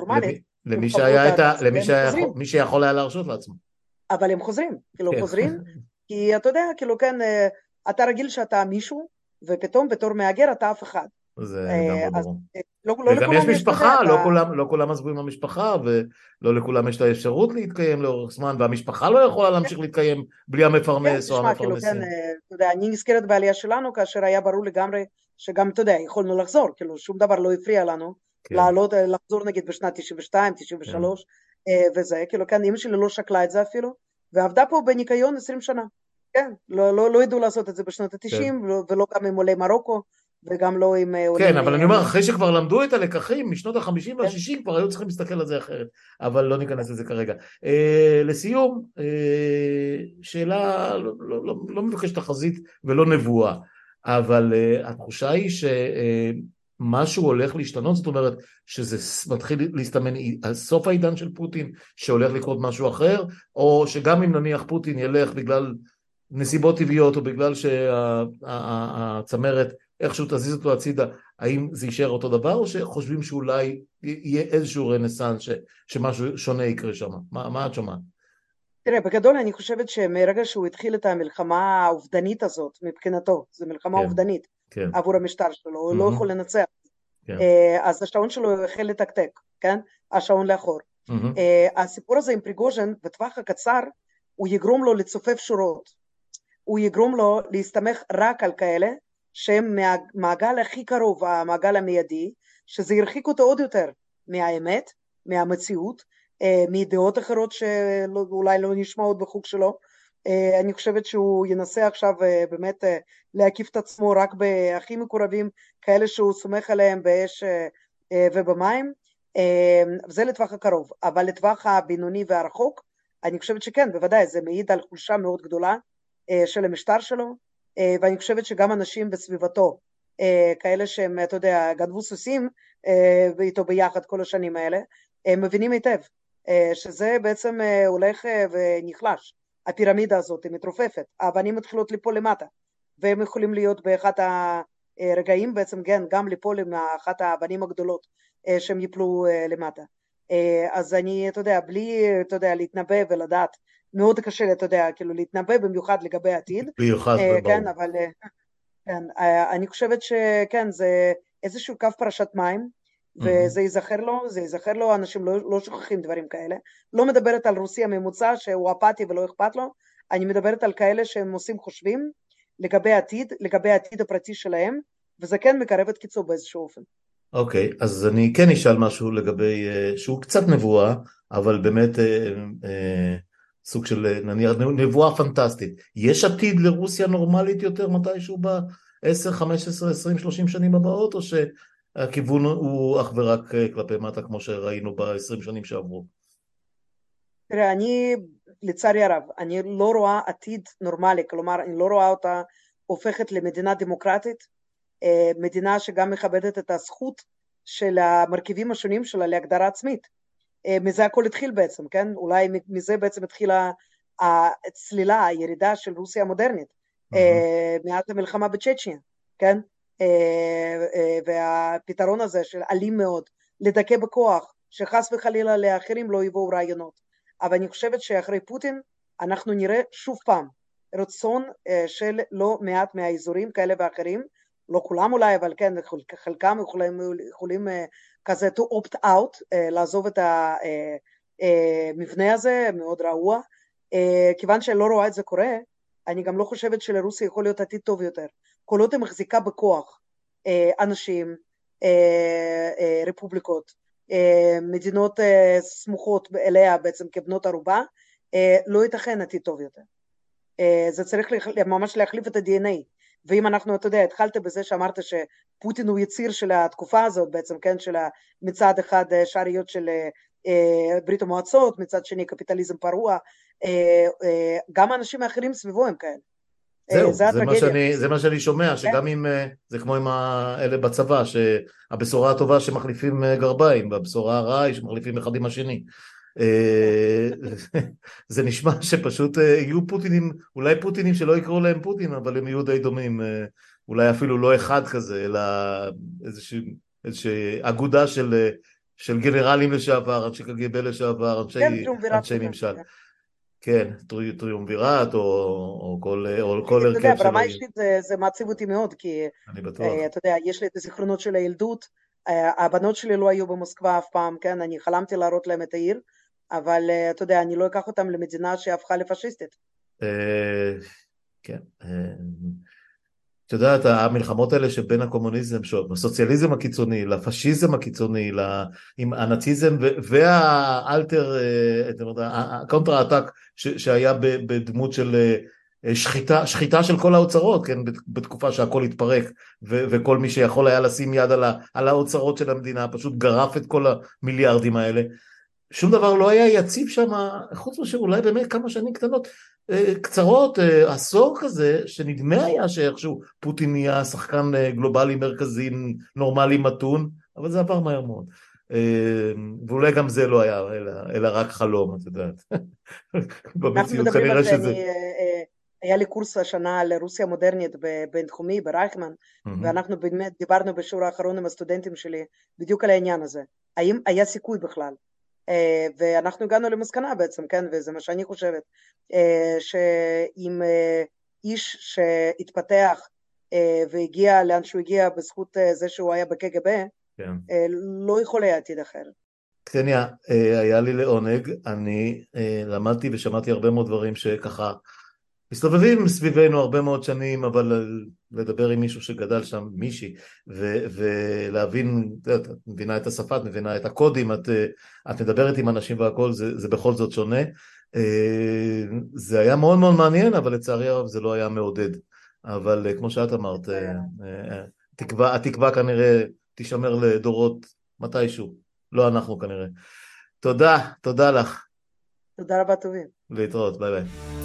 למי שיכול היה להרשות לעצמו. אבל הם חוזרים, כאילו חוזרים, כי אתה יודע, כאילו כן, אתה רגיל שאתה מישהו, ופתאום בתור מהגר אתה אף אחד. זה גם ברור. וגם יש משפחה, לא כולם עזבו עם המשפחה, ולא לכולם יש את האפשרות להתקיים לאורך זמן, והמשפחה לא יכולה להמשיך להתקיים בלי המפרנס או המפרנסים. אתה יודע, אני נזכרת בעלייה שלנו, כאשר היה ברור לגמרי, שגם, אתה יודע, יכולנו לחזור, כאילו שום דבר לא הפריע לנו, לחזור נגיד בשנת 92, 93, וזה, כאילו כאן אמא שלי לא שקלה את זה אפילו, ועבדה פה בניקיון 20 שנה, כן, לא ידעו לעשות את זה בשנות ה-90, ולא גם עם עולי מרוקו, וגם לא עם עולי... כן, אבל אני אומר, אחרי שכבר למדו את הלקחים משנות ה-50 וה-60, כבר היו צריכים להסתכל על זה אחרת, אבל לא ניכנס לזה כרגע. לסיום, שאלה, לא מבקש תחזית ולא נבואה, אבל התחושה היא משהו הולך להשתנות, זאת אומרת שזה מתחיל להסתמן סוף העידן של פוטין, שהולך לקרות משהו אחר, או שגם אם נניח פוטין ילך בגלל נסיבות טבעיות, או בגלל שהצמרת איכשהו תזיז אותו הצידה, האם זה יישאר אותו דבר, או שחושבים שאולי יהיה איזשהו רנסנס, שמשהו שונה יקרה שם? מה את שומעת? תראה, בגדול אני חושבת שמרגע שהוא התחיל את המלחמה האובדנית הזאת, מבחינתו, זו מלחמה אובדנית, עבור המשטר שלו, הוא לא יכול לנצח. אז השעון שלו החל לתקתק, כן? השעון לאחור. הסיפור הזה עם פריגוז'ין, בטווח הקצר, הוא יגרום לו לצופף שורות. הוא יגרום לו להסתמך רק על כאלה, שהם מהמעגל הכי קרוב, המעגל המיידי, שזה ירחיק אותו עוד יותר מהאמת, מהמציאות, מדעות אחרות שאולי לא נשמעות בחוג שלו. אני חושבת שהוא ינסה עכשיו באמת להקיף את עצמו רק בהכי מקורבים, כאלה שהוא סומך עליהם באש ובמים, זה לטווח הקרוב, אבל לטווח הבינוני והרחוק, אני חושבת שכן, בוודאי, זה מעיד על חולשה מאוד גדולה של המשטר שלו, ואני חושבת שגם אנשים בסביבתו, כאלה שהם, אתה יודע, גנבו סוסים ואיתו ביחד כל השנים האלה, מבינים היטב, שזה בעצם הולך ונחלש, הפירמידה הזאת היא מתרופפת, האבנים מתחילות ליפול למטה, והם יכולים להיות באחד הרגעים בעצם גם ליפול מאחת האבנים הגדולות, שהם ייפלו למטה. אז אני, אתה יודע, בלי, אתה יודע, להתנבא ולדעת, מאוד קשה לי, אתה יודע, כאילו להתנבא במיוחד לגבי העתיד. במיוחד, כן, ברור. אבל כן, אני חושבת שכן, זה איזשהו קו פרשת מים, וזה ייזכר לו, זה ייזכר לו, אנשים לא שוכחים דברים כאלה. לא מדברת על רוסי הממוצע שהוא אפאתי ולא אכפת לו, אני מדברת על כאלה שהם עושים חושבים לגבי העתיד, לגבי העתיד הפרטי שלהם, וזה כן מקרב את קיצו באיזשהו אופן. אוקיי, אז אני כן אשאל משהו לגבי, שהוא קצת נבואה, אבל באמת סוג של נניח נבואה פנטסטית. יש עתיד לרוסיה נורמלית יותר מתישהו ב-10, 15, 20, 30 שנים הבאות, או שהכיוון הוא אך ורק כלפי מטה כמו שראינו ב-20 שנים שעברו? תראה, אני, לצערי הרב, אני לא רואה עתיד נורמלי, כלומר, אני לא רואה אותה הופכת למדינה דמוקרטית, מדינה שגם מכבדת את הזכות של המרכיבים השונים שלה להגדרה עצמית. מזה הכל התחיל בעצם, כן? אולי מזה בעצם התחילה הצלילה, הירידה של רוסיה המודרנית, מאז המלחמה בצ'צ'ניה, כן? והפתרון הזה של אלים מאוד, לדכא בכוח, שחס וחלילה לאחרים לא יבואו רעיונות. אבל אני חושבת שאחרי פוטין אנחנו נראה שוב פעם רצון של לא מעט מהאזורים כאלה ואחרים, לא כולם אולי, אבל כן, חלקם יכולים כזה to opt out, לעזוב את המבנה הזה, מאוד רעוע. כיוון שאני לא רואה את זה קורה, אני גם לא חושבת שלרוסיה יכול להיות עתיד טוב יותר. כל עוד היא מחזיקה בכוח אנשים, רפובליקות, מדינות סמוכות אליה בעצם כבנות ערובה, לא ייתכן עתיד טוב יותר. זה צריך ממש להחליף את ה-DNA. ואם אנחנו, אתה יודע, התחלת בזה שאמרת שפוטין הוא יציר של התקופה הזאת בעצם, כן, של מצד אחד שעריות של ברית המועצות, מצד שני קפיטליזם פרוע, גם האנשים האחרים סביבו הם כאלה. זהו, זה הטרגדיה. זה מה שאני שומע, שגם אם, זה כמו עם אלה בצבא, שהבשורה הטובה שמחליפים גרביים, והבשורה הרעה היא שמחליפים אחד עם השני. זה נשמע שפשוט יהיו פוטינים, אולי פוטינים שלא יקראו להם פוטין, אבל הם יהיו די דומים, אולי אפילו לא אחד כזה, אלא איזושהי אגודה של גנרלים לשעבר, אנשי קג"ב לשעבר, אנשי ממשל. כן, טריומווירט או כל הרכב אתה יודע, ברמה אישית זה מעציב אותי מאוד, כי אני בטוח. אתה יודע, יש לי את הזיכרונות של הילדות, הבנות שלי לא היו במוסקבה אף פעם, כן, אני חלמתי להראות להם את העיר, אבל אתה יודע, אני לא אקח אותם למדינה שהפכה לפשיסטית. כן. אתה יודע, המלחמות האלה שבין הקומוניזם, הסוציאליזם הקיצוני, לפשיזם הקיצוני, עם הנאציזם והאלטר, הקונטרה-אטק שהיה בדמות של שחיטה של כל האוצרות, כן, בתקופה שהכל התפרק, וכל מי שיכול היה לשים יד על האוצרות של המדינה, פשוט גרף את כל המיליארדים האלה. שום דבר לא היה יציב שם, חוץ מאשר אולי באמת כמה שנים קצרות, עשור כזה, שנדמה היה שאיכשהו פוטין נהיה שחקן גלובלי מרכזי נורמלי מתון, אבל זה עבר מהר מאוד. ואולי גם זה לא היה, אלא רק חלום, את יודעת. במציאות כנראה שזה... היה לי קורס השנה לרוסיה מודרנית בבינתחומי, ברייכמן, ואנחנו באמת דיברנו בשיעור האחרון עם הסטודנטים שלי בדיוק על העניין הזה. האם היה סיכוי בכלל? ואנחנו הגענו למסקנה בעצם, כן, וזה מה שאני חושבת, שאם איש שהתפתח והגיע לאן שהוא הגיע בזכות זה שהוא היה בקג"ב, כן. לא יכול היה עתיד אחר. קסניה, היה לי לעונג, אני למדתי ושמעתי הרבה מאוד דברים שככה מסתובבים סביבנו הרבה מאוד שנים, אבל לדבר עם מישהו שגדל שם, מישהי, ולהבין, את מבינה את השפה, את מבינה את הקודים, את מדברת עם אנשים והכל, זה בכל זאת שונה. זה היה מאוד מאוד מעניין, אבל לצערי הרב זה לא היה מעודד. אבל כמו שאת אמרת, התקווה כנראה תישמר לדורות מתישהו, לא אנחנו כנראה. תודה, תודה לך. תודה רבה, טובים. להתראות, ביי ביי.